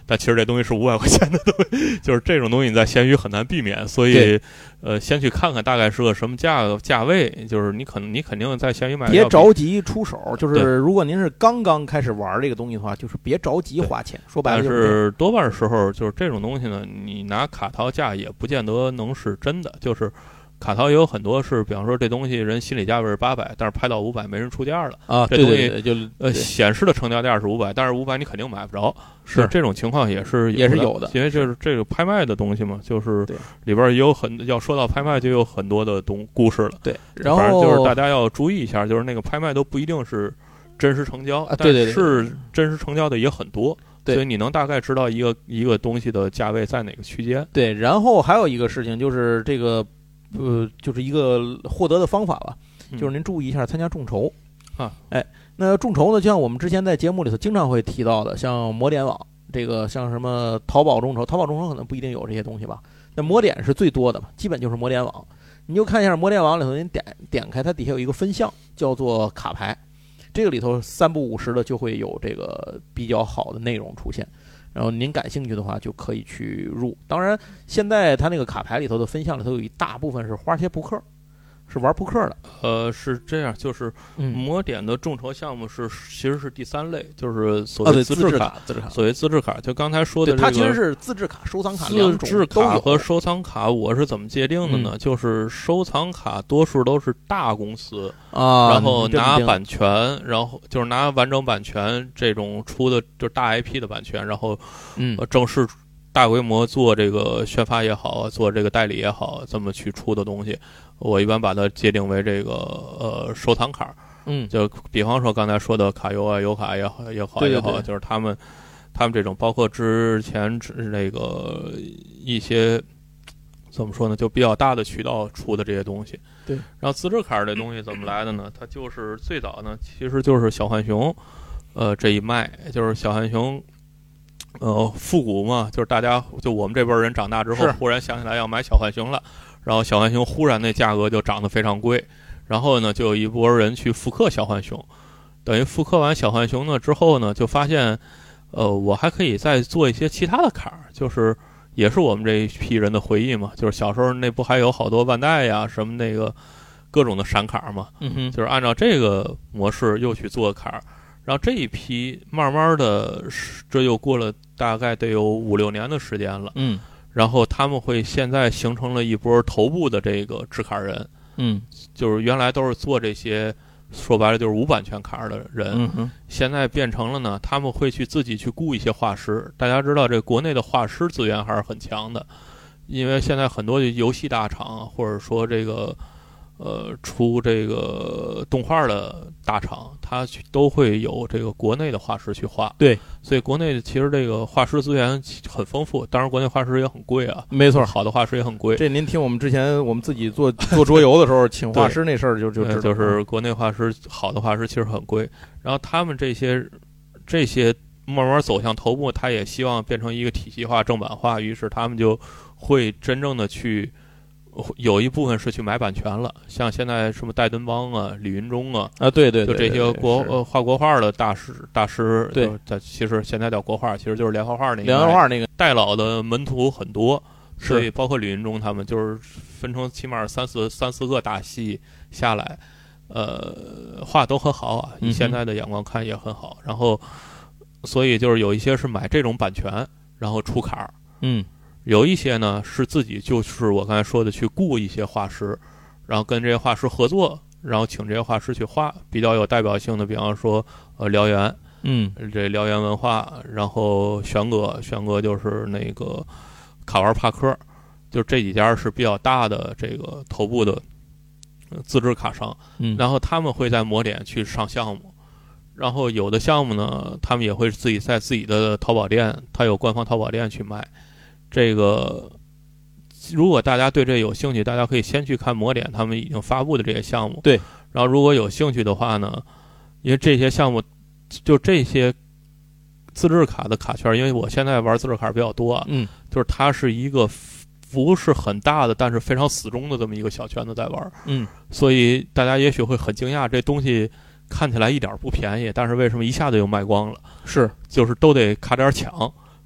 但其实这东西是500块钱的东西，就是这种东西你在闲鱼很难避免，所以先去看看大概是个什么价位，就是你肯定在闲鱼买， 别着急出手，就是如果您是刚刚开始玩这个东西的话，就是别着急花钱，说白了是多半时候就是这种东西呢，你拿卡淘价也不见得能是真的，就是卡淘也有很多是，比方说这东西人心理价位是800，但是拍到500没人出价了啊。 这东西就显示的成交价是500，但是500你肯定买不着。 是这种情况也是有的， 因为就是这个拍卖的东西嘛，就是里边也有要说到拍卖就有很多的故事了。 对，然后反正就是大家要注意一下，就是那个拍卖都不一定是真实成交，但是真实成交的也很多。所以你能大概知道一个东西的价位在哪个区间。 对，然后还有一个事情就是这个。就是一个获得的方法吧，就是您注意一下参加众筹啊。 那众筹呢，就像我们之前在节目里头经常会提到的，像魔点网这个，像什么淘宝众筹可能不一定有这些东西吧。那魔点是最多的嘛，基本就是魔点网。你就看一下魔点网里头，您点开它底下有一个分项，叫做卡牌，这个里头3不5时的就会有这个比较好的内容出现。然后您感兴趣的话，就可以去入。当然，现在它那个卡牌里头的分项里头有一大部分是花些扑克，是玩扑克的。 是这样，就是魔点的众筹项目其实是第3类，就是所谓自制卡。 自制卡， 所谓自制卡，就刚才说的它其实是自制卡、收藏卡两种都有。 自制卡和收藏卡，我是怎么界定的呢？就是收藏卡多数都是大公司然后拿版权，然后就是拿完整版权这种出的，就是大 IP 的版权，然后正式大规模做这个宣发也好，做这个代理也好，这么去出的东西，我一般把它界定为这个收藏卡。就比方说刚才说的卡游啊、油卡也好，就是他们这种，包括之前那个一些怎么说呢，就比较大的渠道出的这些东西。 对， 然后自制卡这东西怎么来的呢？它就是最早呢，其实就是小浣熊，这一脉就是小浣熊。复古嘛，就是大家就我们这辈人长大之后，忽然想起来要买小浣熊了，然后小浣熊忽然那价格就涨得非常贵，然后呢，就有一波人去复刻小浣熊，等于复刻完小浣熊呢之后呢，就发现，我还可以再做一些其他的卡，就是也是我们这一批人的回忆嘛，就是小时候那不还有好多万代呀什么那个各种的闪卡嘛，就是按照这个模式又去做卡。然后这一批慢慢的，这又过了大概得有5、6年的时间了。然后他们会现在形成了一波头部的这个制卡人。就是原来都是做这些，说白了就是无版权卡的人。现在变成了呢，他们会去自己去雇一些画师。大家知道，这国内的画师资源还是很强的，因为现在很多游戏大厂或者说这个。出这个动画的大厂，它都会有这个国内的画师去画。 对， 所以国内其实这个画师资源很丰富，当然国内画师也很贵啊。 没错， 好的画师也很贵。 这您听我们之前我们自己做桌游的时候，请画师那事儿就知道， 就是国内画师好的画师其实很贵。然后他们这些慢慢走向头部，他也希望变成一个体系化、正版化，于是他们就会真正的去。有一部分是去买版权了，像现在什么戴敦邦啊、李云中啊， 对， 就这些画国画的大师， 对， 其实现在叫国画，其实就是连环画那个。 连环画那个代老的门徒很多，所以包括李云中他们就是分成起码三四个大系下来，画都很好啊，以现在的眼光看也很好。然后，所以就是有一些是买这种版权，然后出卡。有一些呢是自己就是我刚才说的去雇一些画师，然后跟这些画师合作，然后请这些画师去画。比较有代表性的，比方说燎原，这燎原文化，然后玄哥就是那个卡玩帕克，就这几家是比较大的这个头部的自制卡商。然后他们会在魔点去上项目，然后有的项目呢，他们也会自己在自己的淘宝店，他有官方淘宝店去卖。这个如果大家对这有兴趣，大家可以先去看魔点他们已经发布的这些项目。 对， 然后如果有兴趣的话呢，因为这些项目就这些自制卡的卡圈，因为我现在玩自制卡比较多啊，就是它是一个不是很大的，但是非常死忠的这么一个小圈子在玩。所以大家也许会很惊讶，这东西看起来一点不便宜，但是为什么一下子就卖光了？ 是， 就是都得卡点抢。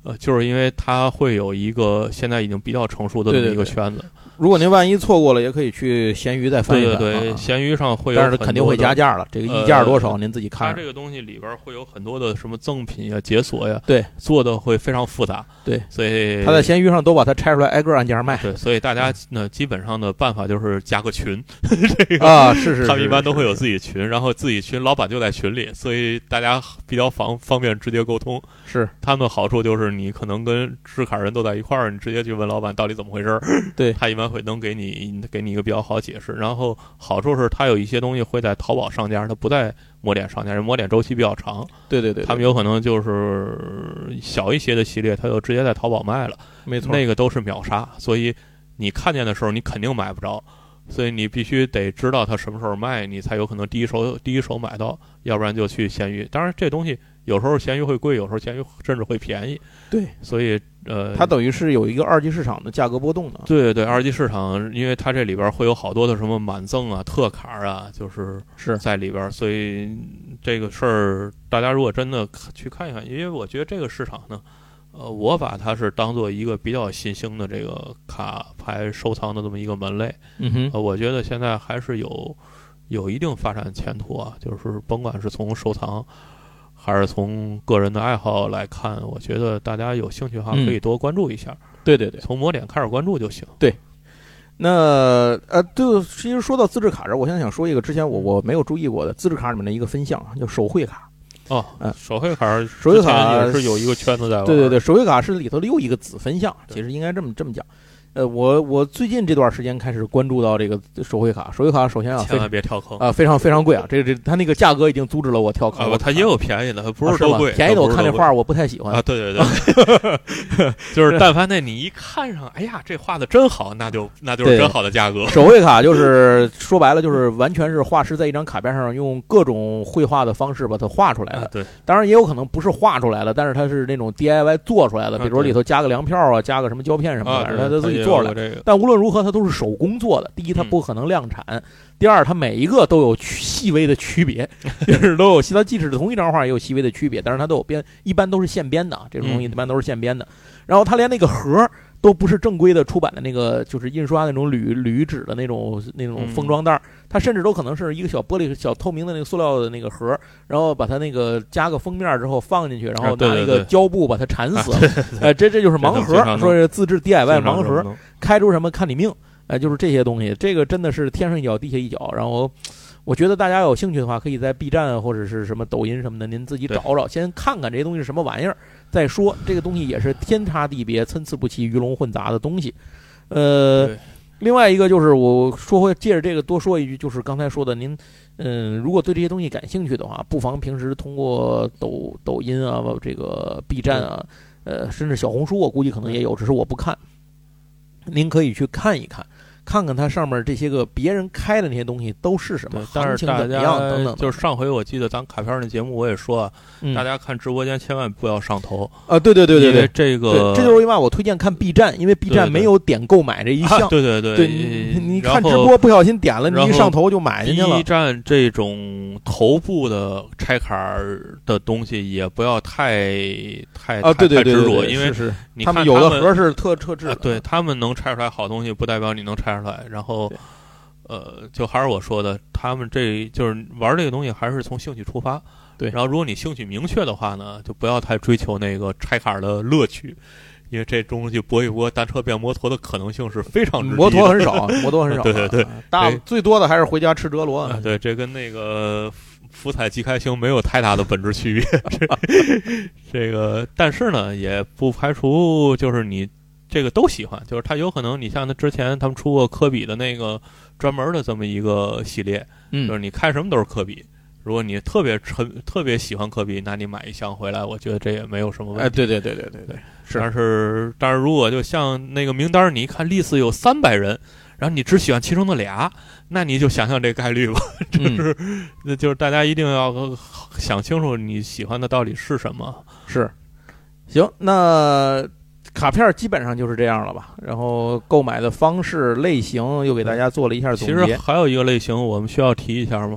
就是因为它会有一个现在已经比较成熟的这么一个圈子。 如果您万一错过了，也可以去闲鱼再翻一翻。 对，闲鱼上会有， 但是肯定会加价了。这个溢价多少，您自己看。 它这个东西里边会有很多的什么赠品呀、解锁呀， 对， 做的会非常复杂。 对， 所以他在闲鱼上都把它拆出来，挨个按价卖。 对，所以大家呢，基本上的办法就是加个群。这个啊，是， 他们一般都会有自己群，然后自己群老板就在群里，所以大家比较方便直接沟通。 是， 他们的好处就是你可能跟支卡人都在一块儿，你直接去问老板到底怎么回事， 对， 他一般会能给你一个比较好解释。然后好处是他有一些东西会在淘宝上架，他不在摸点上架，摸点周期比较长。 对， 他们有可能就是小一些的系列，他就直接在淘宝卖了， 没错， 那个都是秒杀，所以你看见的时候你肯定买不着。所以你必须得知道它什么时候卖，你才有可能第一手买到，要不然就去闲鱼。当然这东西有时候闲鱼会贵，有时候闲鱼甚至会便宜。 对， 所以它等于是有一个二级市场的价格波动的。 对，二级市场，因为它这里边会有好多的什么满赠啊、特卡啊，是在里边，所以这个事儿大家如果真的去看一看，因为我觉得这个市场呢。我把它是当做一个比较新兴的这个卡牌收藏的这么一个门类。我觉得现在还是有一定发展前途啊，就是甭管是从收藏还是从个人的爱好来看，我觉得大家有兴趣的话可以多关注一下。 对， 从摸点开始关注就行。 对，那对，其实说到自制卡这，我现在想说一个之前我没有注意过的自制卡里面的一个分项，叫手绘卡。 手绘卡也是有一个圈子在玩。 对，手绘卡是里头又一个子分项，其实应该这么讲。我最近这段时间开始关注到这个手绘卡。手绘卡首先千万别跳坑啊，非常非常贵啊！这它那个价格已经阻止了我跳坑它也有便宜的，不是都贵。 便宜的我看这画我不太喜欢啊。对，就是但凡你一看上，哎呀，这画的真好，那就是真好的价格。 手绘卡就是说白了就是完全是画师在一张卡片上用各种绘画的方式把它画出来的。 对， 当然也有可能不是画出来的，但是它是那种 DIY 做出来的，比如说里头加个粮票啊，加个什么胶片什么的，它自己做出来。但无论如何，它都是手工做的。第一，它不可能量产；第二，它每一个都有细微的区别，就是都有它即使同一张画也有细微的区别，但是它都有一般都是现编的，这种东西一般都是现编的。然后它连那个盒都不是正规的出版的那个，就是印刷那种铝纸的那种封装袋，它甚至都可能是一个小玻璃、小透明的那个塑料的那个盒，然后把它那个加个封面之后放进去，然后拿那个胶布把它缠死。这就是盲盒，说是自制 DIY 盲盒，开出什么看你命。就是这些东西，这个真的是天上一脚地下一脚。然后我觉得大家有兴趣的话，可以在 B 站或者是什么抖音什么的，您自己找找，先看看这些东西是什么玩意儿，再说。这个东西也是天差地别、参差不齐、鱼龙混杂的东西。另外一个就是我借着这个多说一句，就是刚才说的，您如果对这些东西感兴趣的话，不妨平时通过抖音啊、这个 B 站啊，甚至小红书，我估计可能也有，只是我不看。您可以去看一看，看看它上面这些个别人开的那些东西都是什么， 但是大家等等。 就是上回我记得咱卡片那节目我也说，大家看直播间千万不要上头啊！对， 因为这个这就是为嘛我推荐看 B 站，因为 B 站没有点购买这一项。 对， 你看直播不小心点了，你一上头就买进去了。 B 站这种头部的拆卡的东西也不要太对执着，因为你看他们有的盒是特制的， 对他们能拆出来好东西，不代表你能拆出来。然后，就还是我说的，他们这就是玩这个东西，还是从兴趣出发。 对， 然后如果你兴趣明确的话呢，就不要太追求那个拆卡的乐趣，因为这东西搏一搏，单车变摩托的可能性是非常之低的。 摩托很少， 对， 最多的还是回家吃哲罗。 对，这跟那个福彩即开星没有太大的本质区别。这个，但是呢，也不排除就是你这个都喜欢，就是他有可能你像他之前他们出过科比的那个专门的这么一个系列，就是你看什么都是科比。如果你特别喜欢科比，那你买一箱回来，我觉得这也没有什么问题。 对， 是。但是如果就像那个名单，你一看历史有300人，然后你只喜欢其中的俩，那你就想想这概率吧。就是大家一定要想清楚你喜欢的到底是什么。 是，行，那卡片基本上就是这样了吧。然后购买的方式类型又给大家做了一下总结。 其实还有一个类型我们需要提一下吗？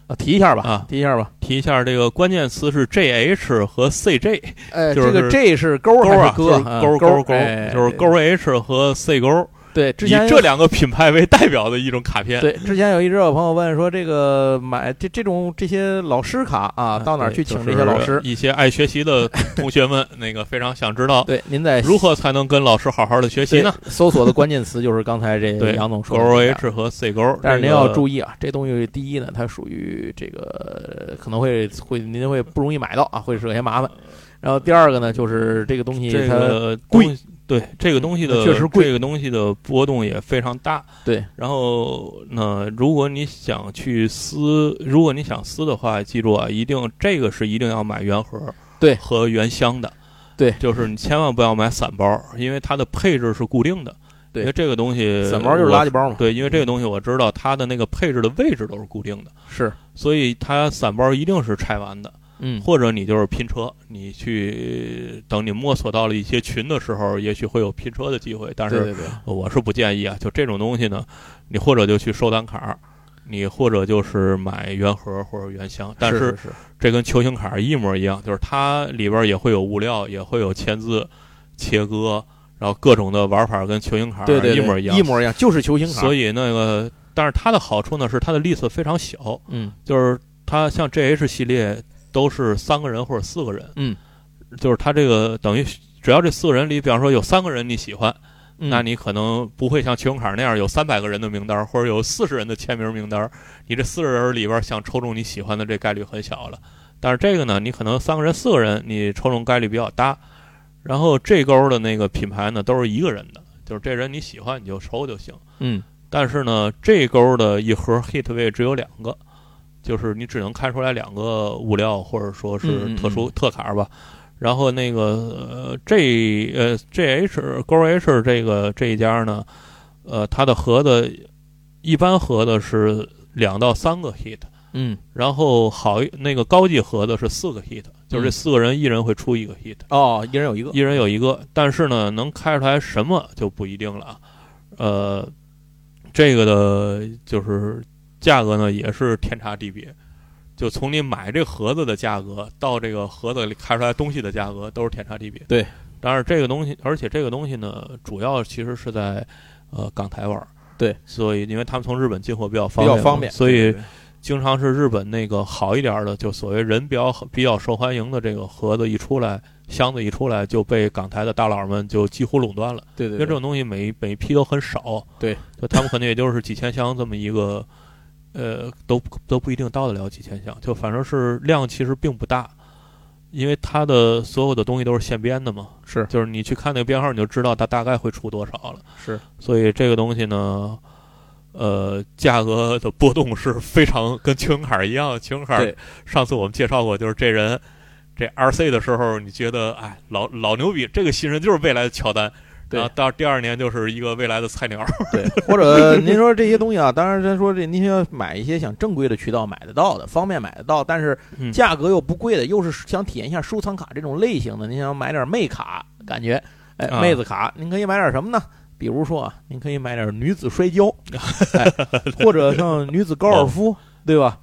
提一下吧啊， 提一下吧， 提一下这个关键词是 JH 和 CJ， 这个 J 是勾还是哥？勾，就是勾 H 和 C 勾。 对，之前以这两个品牌为代表的一种卡片。 对，之前有一直有朋友问说，这个买这些老师卡啊，到哪儿去请这些老师？ 一些爱学习的同学们，那个非常想知道， 对，您在如何才能跟老师好好的学习呢？ 搜索的关键词就是刚才这杨总说的勾 H 和 C 勾。 但是您要注意啊，这东西第一呢，它属于这个可能会您会不容易买到啊，会惹些麻烦。然后第二个呢，就是这个东西它贵。 对，这个东西的确实贵， 这个东西的波动也非常大。 对， 然后呢，如果你想撕的话，记住啊，这个是一定要买原盒， 对， 和原箱的， 对， 就是你千万不要买散包，因为它的配置是固定的。 对， 因为这个东西散包就是垃圾包嘛。 对，因为这个东西我知道它的那个配置的位置都是固定的， 是， 所以它散包一定是拆完的。或者你就是拼车，你去等你摸索到了一些群的时候，也许会有拼车的机会，但是我是不建议啊。就这种东西呢，你或者就去收单卡，你或者就是买原盒或者原箱。但是这跟球星卡一模一样，就是它里边也会有物料，也会有签字、切割，然后各种的玩法跟球星卡一模一样， 一模一样，就是球星卡。 所以那个，但是它的好处呢是它的粒子非常小，就是它像 GH 系列。都是3个人或者4个人，就是他这个等于只要这4个人里，比方说有3个人你喜欢，那你可能不会像球星卡那样有300个人的名单，或者有40人的签名名单，你这40人里边想抽中你喜欢的这概率很小了。但是这个呢，你可能3个人4个人，你抽中概率比较大。然后这勾的那个品牌呢，都是1个人的，就是这人你喜欢你就抽就行。但是呢，这勾的一盒 hit 位只有2个。就是你只能开出来2个物料，或者说是特殊特卡吧。然后那个GH 勾 H 这一家呢，它的盒子一般盒子是2到3个 hit，然后那个高级盒子是4个 hit，就是这4个人一人会出1个 hit。 一人有一个， 但是呢，能开出来什么就不一定了啊。这个的就是。价格呢也是天差地别，就从你买这盒子的价格到这个盒子里开出来东西的价格都是天差地别。 对， 当然这个东西，而且这个东西呢，主要其实是在港台玩。 对， 所以因为他们从日本进货比较方便， 所以经常是日本那个好一点的，就所谓人比较受欢迎的这个盒子一出来，箱子一出来就被港台的大佬们就几乎垄断了。 对， 因为这种东西每批都很少。 对， 就他们可能也就是几千箱这么一个。都不一定到得了几千箱，就反正是量其实并不大，因为它的所有的东西都是现编的嘛，就是你去看那个编号你就知道它大概会出多少了，所以这个东西呢，价格的波动是非常跟球星卡一样，球星卡上次我们介绍过，就是这人这 RC 的时候，你觉得哎老牛逼，这个新人就是未来的乔丹。然后到第2年就是一个未来的菜鸟。 对，或者您说这些东西啊，当然咱说这您要买一些想正规的渠道买得到的，方便买得到，但是价格又不贵的，又是想体验一下收藏卡这种类型的，您想买点妹卡，感觉妹子卡，您可以买点什么呢？比如说啊，您可以买点女子摔跤，或者像女子高尔夫，对吧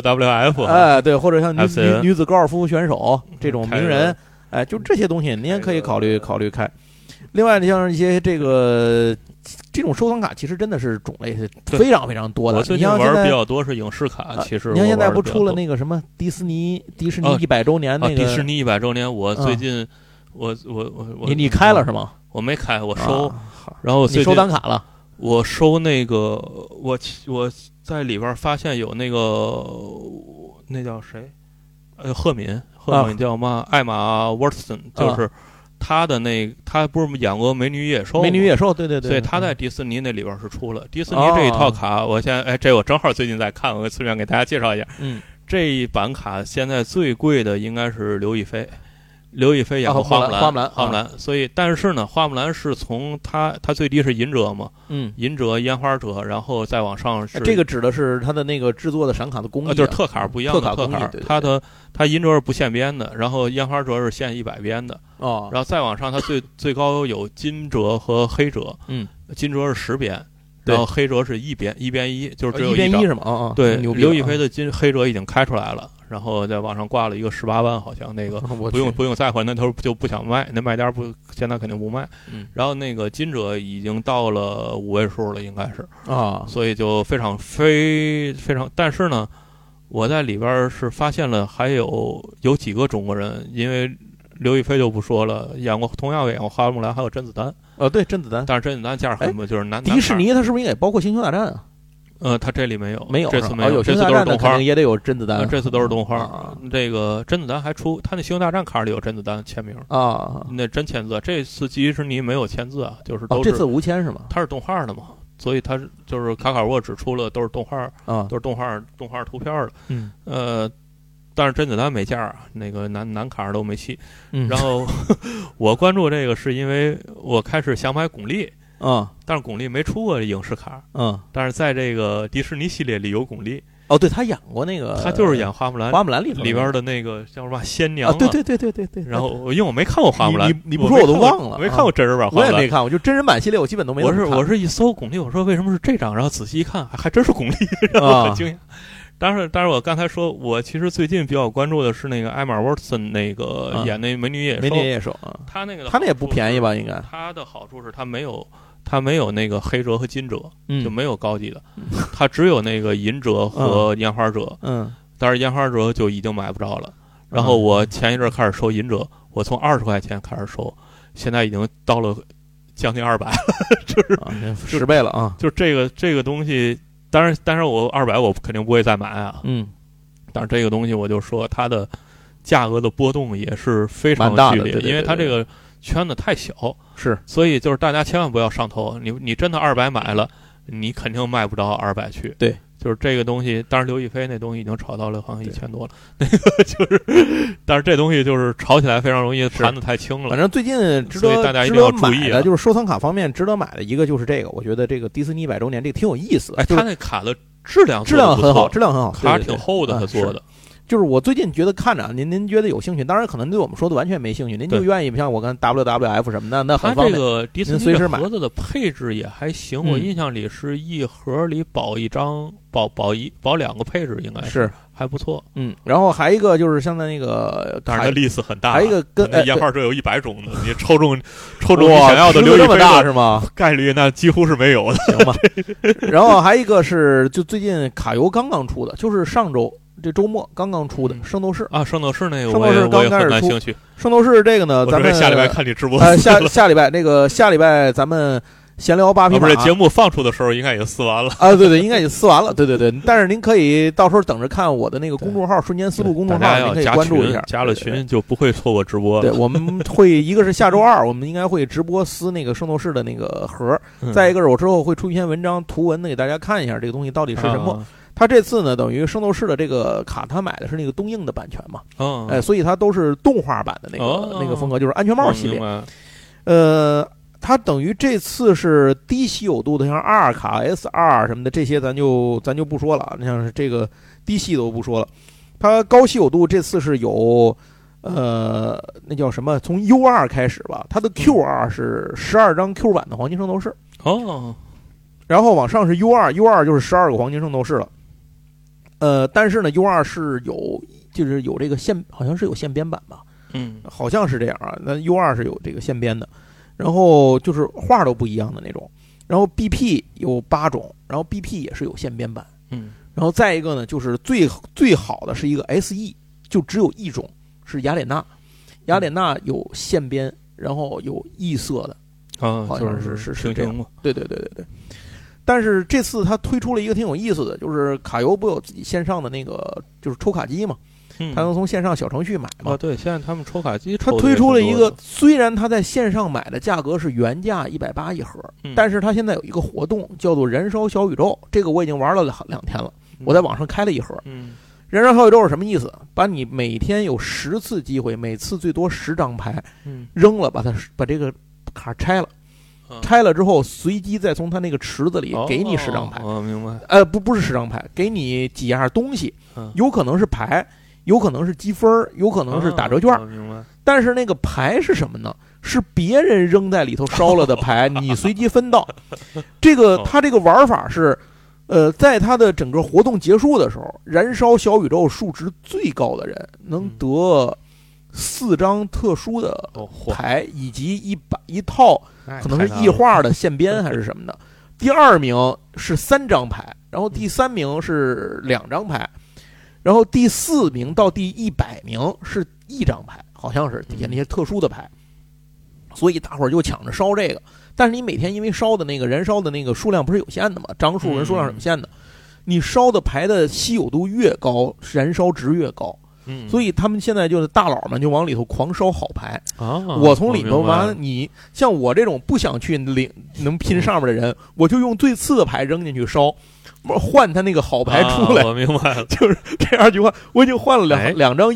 ？WWF， 对，或者像女子高尔夫选手这种名人，就这些东西您也可以考虑开。另外，像一些这种收藏卡，其实真的是种类是非常非常多的。 我最近玩比较多是影视卡，其实你看现在不出了那个什么迪士尼100周年那个？ 迪士尼100周年，我最近我你开了是吗？ 我没开，我收。然后你收单卡了？ 我收那个，我在里边发现有那叫谁？赫敏叫嘛？艾玛沃特森，就是。他不是演过《美女与野兽》？ 美女与野兽，对， 所以他在迪士尼那里边是出了迪士尼这一套卡。我现在这我正好最近在看，我顺便给大家介绍一下。这一版卡现在最贵的应该是刘亦菲演过花木兰，所以但是呢，花木兰是从他最低是银折嘛，银折、烟花折，然后再往上是这个指的是他的那个制作的闪卡的工艺， 就是特卡不一样的特卡，它银折是不现编的，然后烟花折是现100编的然后再往上它最高有金折和黑折，金折是10编， 然后黑折是1边1，就是只有 1边1是吗？ 对，刘亦菲的黑折已经开出来了，然后在网上挂了一个18万，好像那个不用再还，那头就不想卖，那卖家现在肯定不卖。然后那个金折已经到了5位数了，应该是所以就非常，但是呢，我在里边是发现了还有几个中国人，因为刘亦菲就不说了，同样演过花木兰，还有甄子丹。 对，甄子丹， 但是甄子丹价很就是迪士尼，它是不是应该包括星球大战啊？ 它这里没有， 这次没有， 有这次都是动画， 肯定也得有甄子丹。 这次都是动画。这个甄子丹还出，他那星球大战卡里有甄子丹签名那真签字。这次迪士尼没有签字啊，就是都是这次无签是吗？ 他是动画的嘛，所以他就是卡沃只出了都是动画都是动画图片的。但是甄子丹没价啊，那个男卡都没戏。然后我关注这个是因为我开始想买巩俐，但是巩俐没出过影视卡，但是在这个迪士尼系列里有巩俐。对， 他演过那个， 他就是演花木兰里边的那个叫什么仙娘对。 然后因为我没看过花木兰， 你不说我都忘了， 没看过真人版花木兰， 我也没看过，就真人版系列我基本都没有看。 我是一搜巩俐，我说为什么是这张，然后仔细一看，还真是巩俐，然后很惊讶。但是我刚才说，我其实最近比较关注的是那个艾玛沃森那个演那美女野兽他那也不便宜吧？应该他的好处是他没有那个黑折和金折，就没有高级的，他只有那个银折和烟花折。但是烟花折就已经买不着了。然后我前一阵开始收银折，我从20块钱开始收，现在已经到了将近200了，就是 10倍了啊！ 就这个东西。但是我200我肯定不会再买啊。但是这个东西我就说它的价格的波动也是非常剧烈，因为它这个圈子太小，所以就是大家千万不要上头。你真的200买了，你肯定卖不着200去。 对， 就是这个东西。当然刘亦菲那东西已经炒到了好像1000多了，那个就是，但是这东西就是炒起来非常容易，盘子太轻了。 反正最近所以大家一定要注意的就是收藏卡方面值得买的一个就是这个，我觉得这个迪士尼100周年这个挺有意思的。 他那卡的质量很好， 卡挺厚的，他做的。 就是我最近觉得看着您觉得有兴趣，当然可能对我们说的完全没兴趣，您就愿意像我跟 WWF 什么的，那很方便。 它这个迪士尼的盒子的配置也还行，我印象里是一盒里保一张，保2个配置，应该是还不错。 然后还一个就是像在那个， 当然粒子很大， 还一个跟烟花折有100种的，你抽中你想要的刘亦菲这么大是吗？ 概率那几乎是没有的， 行吧。然后还一个是就最近卡游刚刚出的，就是上周。这周末刚刚出的《圣斗士》 圣斗士那个我也很感兴趣。 圣斗士这个呢，咱们下礼拜看你直播。 下礼拜咱们闲聊8匹马。 不是节目放出的时候应该也撕完了对，应该也撕完了。对。但是您可以到时候等着看我的那个公众号“瞬间思路”公众号，您可以关注一下。 加了群就不会错过直播了。 对，我们会一个是下周2，我们应该会直播撕那个圣斗士的那个盒。再一个是我之后会出一篇文章图文的给大家看一下这个东西到底是什么。他这次呢，等于圣斗士的这个卡，他买的是那个东映的版权嘛，所以他都是动画版的那个风格，就是安全帽系列。它等于这次是低稀有度的，像2卡、S2什么的这些，咱就不说了。像是这个低稀都不说了，它高稀有度这次是有，那叫什么？从 U2 开始吧，它的 Q2 是12张 Q 版的黄金圣斗士然后往上是 U2 就是12个黄金圣斗士了。但是呢 ，U2 是就是有这个好像是有线编版吧，好像是这样啊。那 U2 是有这个线编的，然后就是画都不一样的那种。然后 BP 有8种，然后 BP 也是有线编版，然后再一个呢，就是最好的是一个 SE， 就只有一种是雅典娜有线编，然后有异色的，好像是这样。对。但是这次他推出了一个挺有意思的，就是卡游不有自己线上的那个就是抽卡机嘛，他能从线上小程序买嘛。 对，现在他们抽卡机他推出了一个，虽然他在线上买的价格是原价180一盒，但是他现在有一个活动叫做燃烧小宇宙，这个我已经玩了2天了，我在网上开了一盒。燃烧小宇宙是什么意思？把你每天有10次机会，每次最多10张牌，扔了，把这个卡拆了之后，随机再从他那个池子里给你10张牌。 明白。 不是10张牌，给你几样东西，有可能是牌， 有可能是积分，有可能是打折券。 明白。 但是那个牌是什么呢？是别人扔在里头烧了的牌，你随机分到。它这个玩法是，在它的整个活动结束的时候，燃烧小宇宙数值最高的人能得4张特殊的牌，以及一套可能是异画的线边还是什么的。第2名是3张牌，然后第3名是2张牌，然后第4名到第100名是1张牌，好像是底下那些特殊的牌。所以大伙儿就抢着烧这个，但是你每天因为烧的那个燃烧的那个数量不是有限的嘛，张数跟数量是有限的，你烧的牌的稀有度越高，燃烧值越高。所以他们现在就是大佬们就往里头狂烧好牌我从里头完，你像我这种不想去能拼上面的人，我就用最次的牌扔进去烧，换他那个好牌出来。 我明白了， 就是这样句话。我已经换了两张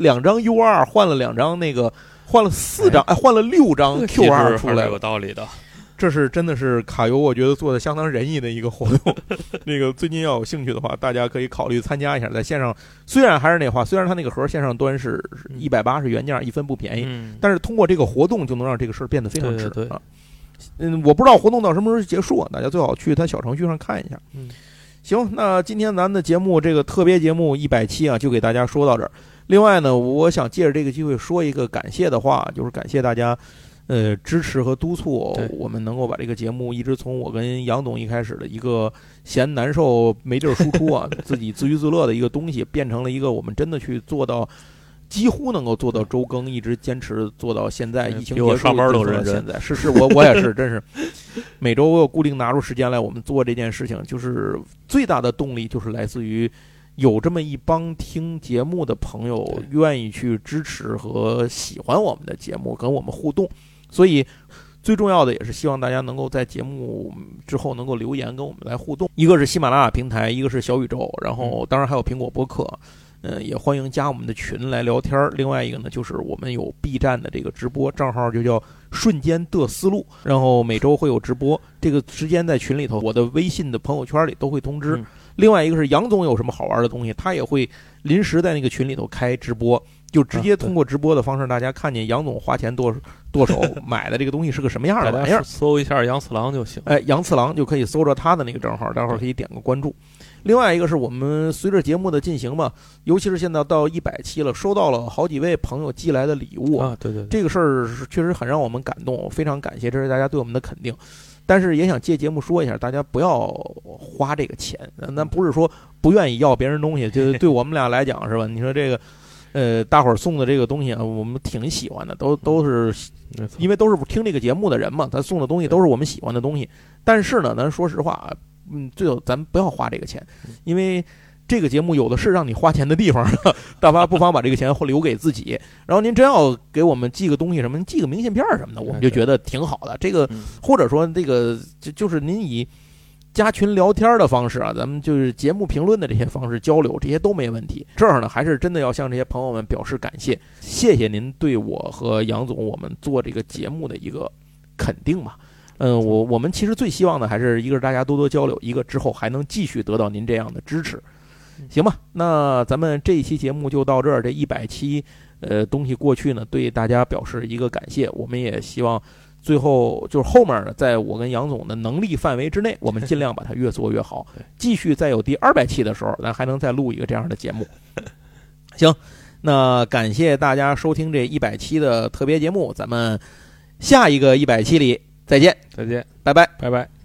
U2，换了2张那个，换了4张，换了6张 Q2 出来了。 有道理的。 这是真的是卡游，我觉得做的相当仁义的一个活动。那个最近要有兴趣的话，大家可以考虑参加一下，在线上。虽然还是那话，虽然它那个盒线上端是180原价，一分不便宜，但是通过这个活动就能让这个事儿变得非常值啊。我不知道活动到什么时候结束啊，大家最好去它小程序上看一下。行，那今天咱们的节目这个特别节目100期啊，就给大家说到这儿。另外呢，我想借着这个机会说一个感谢的话，就是感谢大家。支持和督促我们能够把这个节目一直从我跟杨总一开始的一个嫌难受没地儿输出啊，自己自娱自乐的一个东西，变成了一个我们真的去做到几乎能够做到周更，一直坚持做到现在。疫情结束上班都认真， 现在是我也是，真是每周我有固定拿出时间来我们做这件事情，就是最大的动力就是来自于有这么一帮听节目的朋友愿意去支持和喜欢我们的节目，跟我们互动。所以最重要的也是希望大家能够在节目之后能够留言跟我们来互动，一个是喜马拉雅平台，一个是小宇宙，然后当然还有苹果播客，也欢迎加我们的群来聊天。另外一个呢，就是我们有 B 站的这个直播账号，就叫瞬间的思路，然后每周会有直播，这个时间在群里头，我的微信的朋友圈里都会通知。另外一个是杨总有什么好玩的东西，他也会临时在那个群里头开直播，就直接通过直播的方式，大家看见杨总花钱剁手买的这个东西是个什么样的玩意儿， 搜一下杨次郎就行。 杨次郎就可以搜着他的那个账号，待会儿可以点个关注。另外一个是我们随着节目的进行嘛，尤其是现在到100期了，收到了好几位朋友寄来的礼物啊，对， 这个事儿确实很让我们感动，非常感谢，这是大家对我们的肯定。但是也想借节目说一下，大家不要花这个钱，那不是说不愿意要别人东西，就对我们俩来讲是吧？你说这个，大伙儿送的这个东西啊，我们挺喜欢的，都是因为都是听这个节目的人嘛，他送的东西都是我们喜欢的东西。但是呢，咱说实话，最后咱不要花这个钱，因为这个节目有的是让你花钱的地方，大家不妨把这个钱留给自己。然后您真要给我们寄个东西什么，寄个明信片什么的，我们就觉得挺好的。这个或者说这个就是您以加群聊天的方式啊，咱们就是节目评论的这些方式交流，这些都没问题。这儿呢，还是真的要向这些朋友们表示感谢，谢谢您对我和杨总我们做这个节目的一个肯定吧。我们其实最希望的还是一个是大家多多交流，一个之后还能继续得到您这样的支持。行吧，那咱们这一期节目就到这儿。这100期东西过去呢，对大家表示一个感谢。我们也希望最后就是后面呢，在我跟杨总的能力范围之内，我们尽量把它越做越好，继续再有第200期的时候，咱还能再录一个这样的节目。行，那感谢大家收听这100期的特别节目，咱们下一个100期里再见， 再见， 拜拜， 拜拜。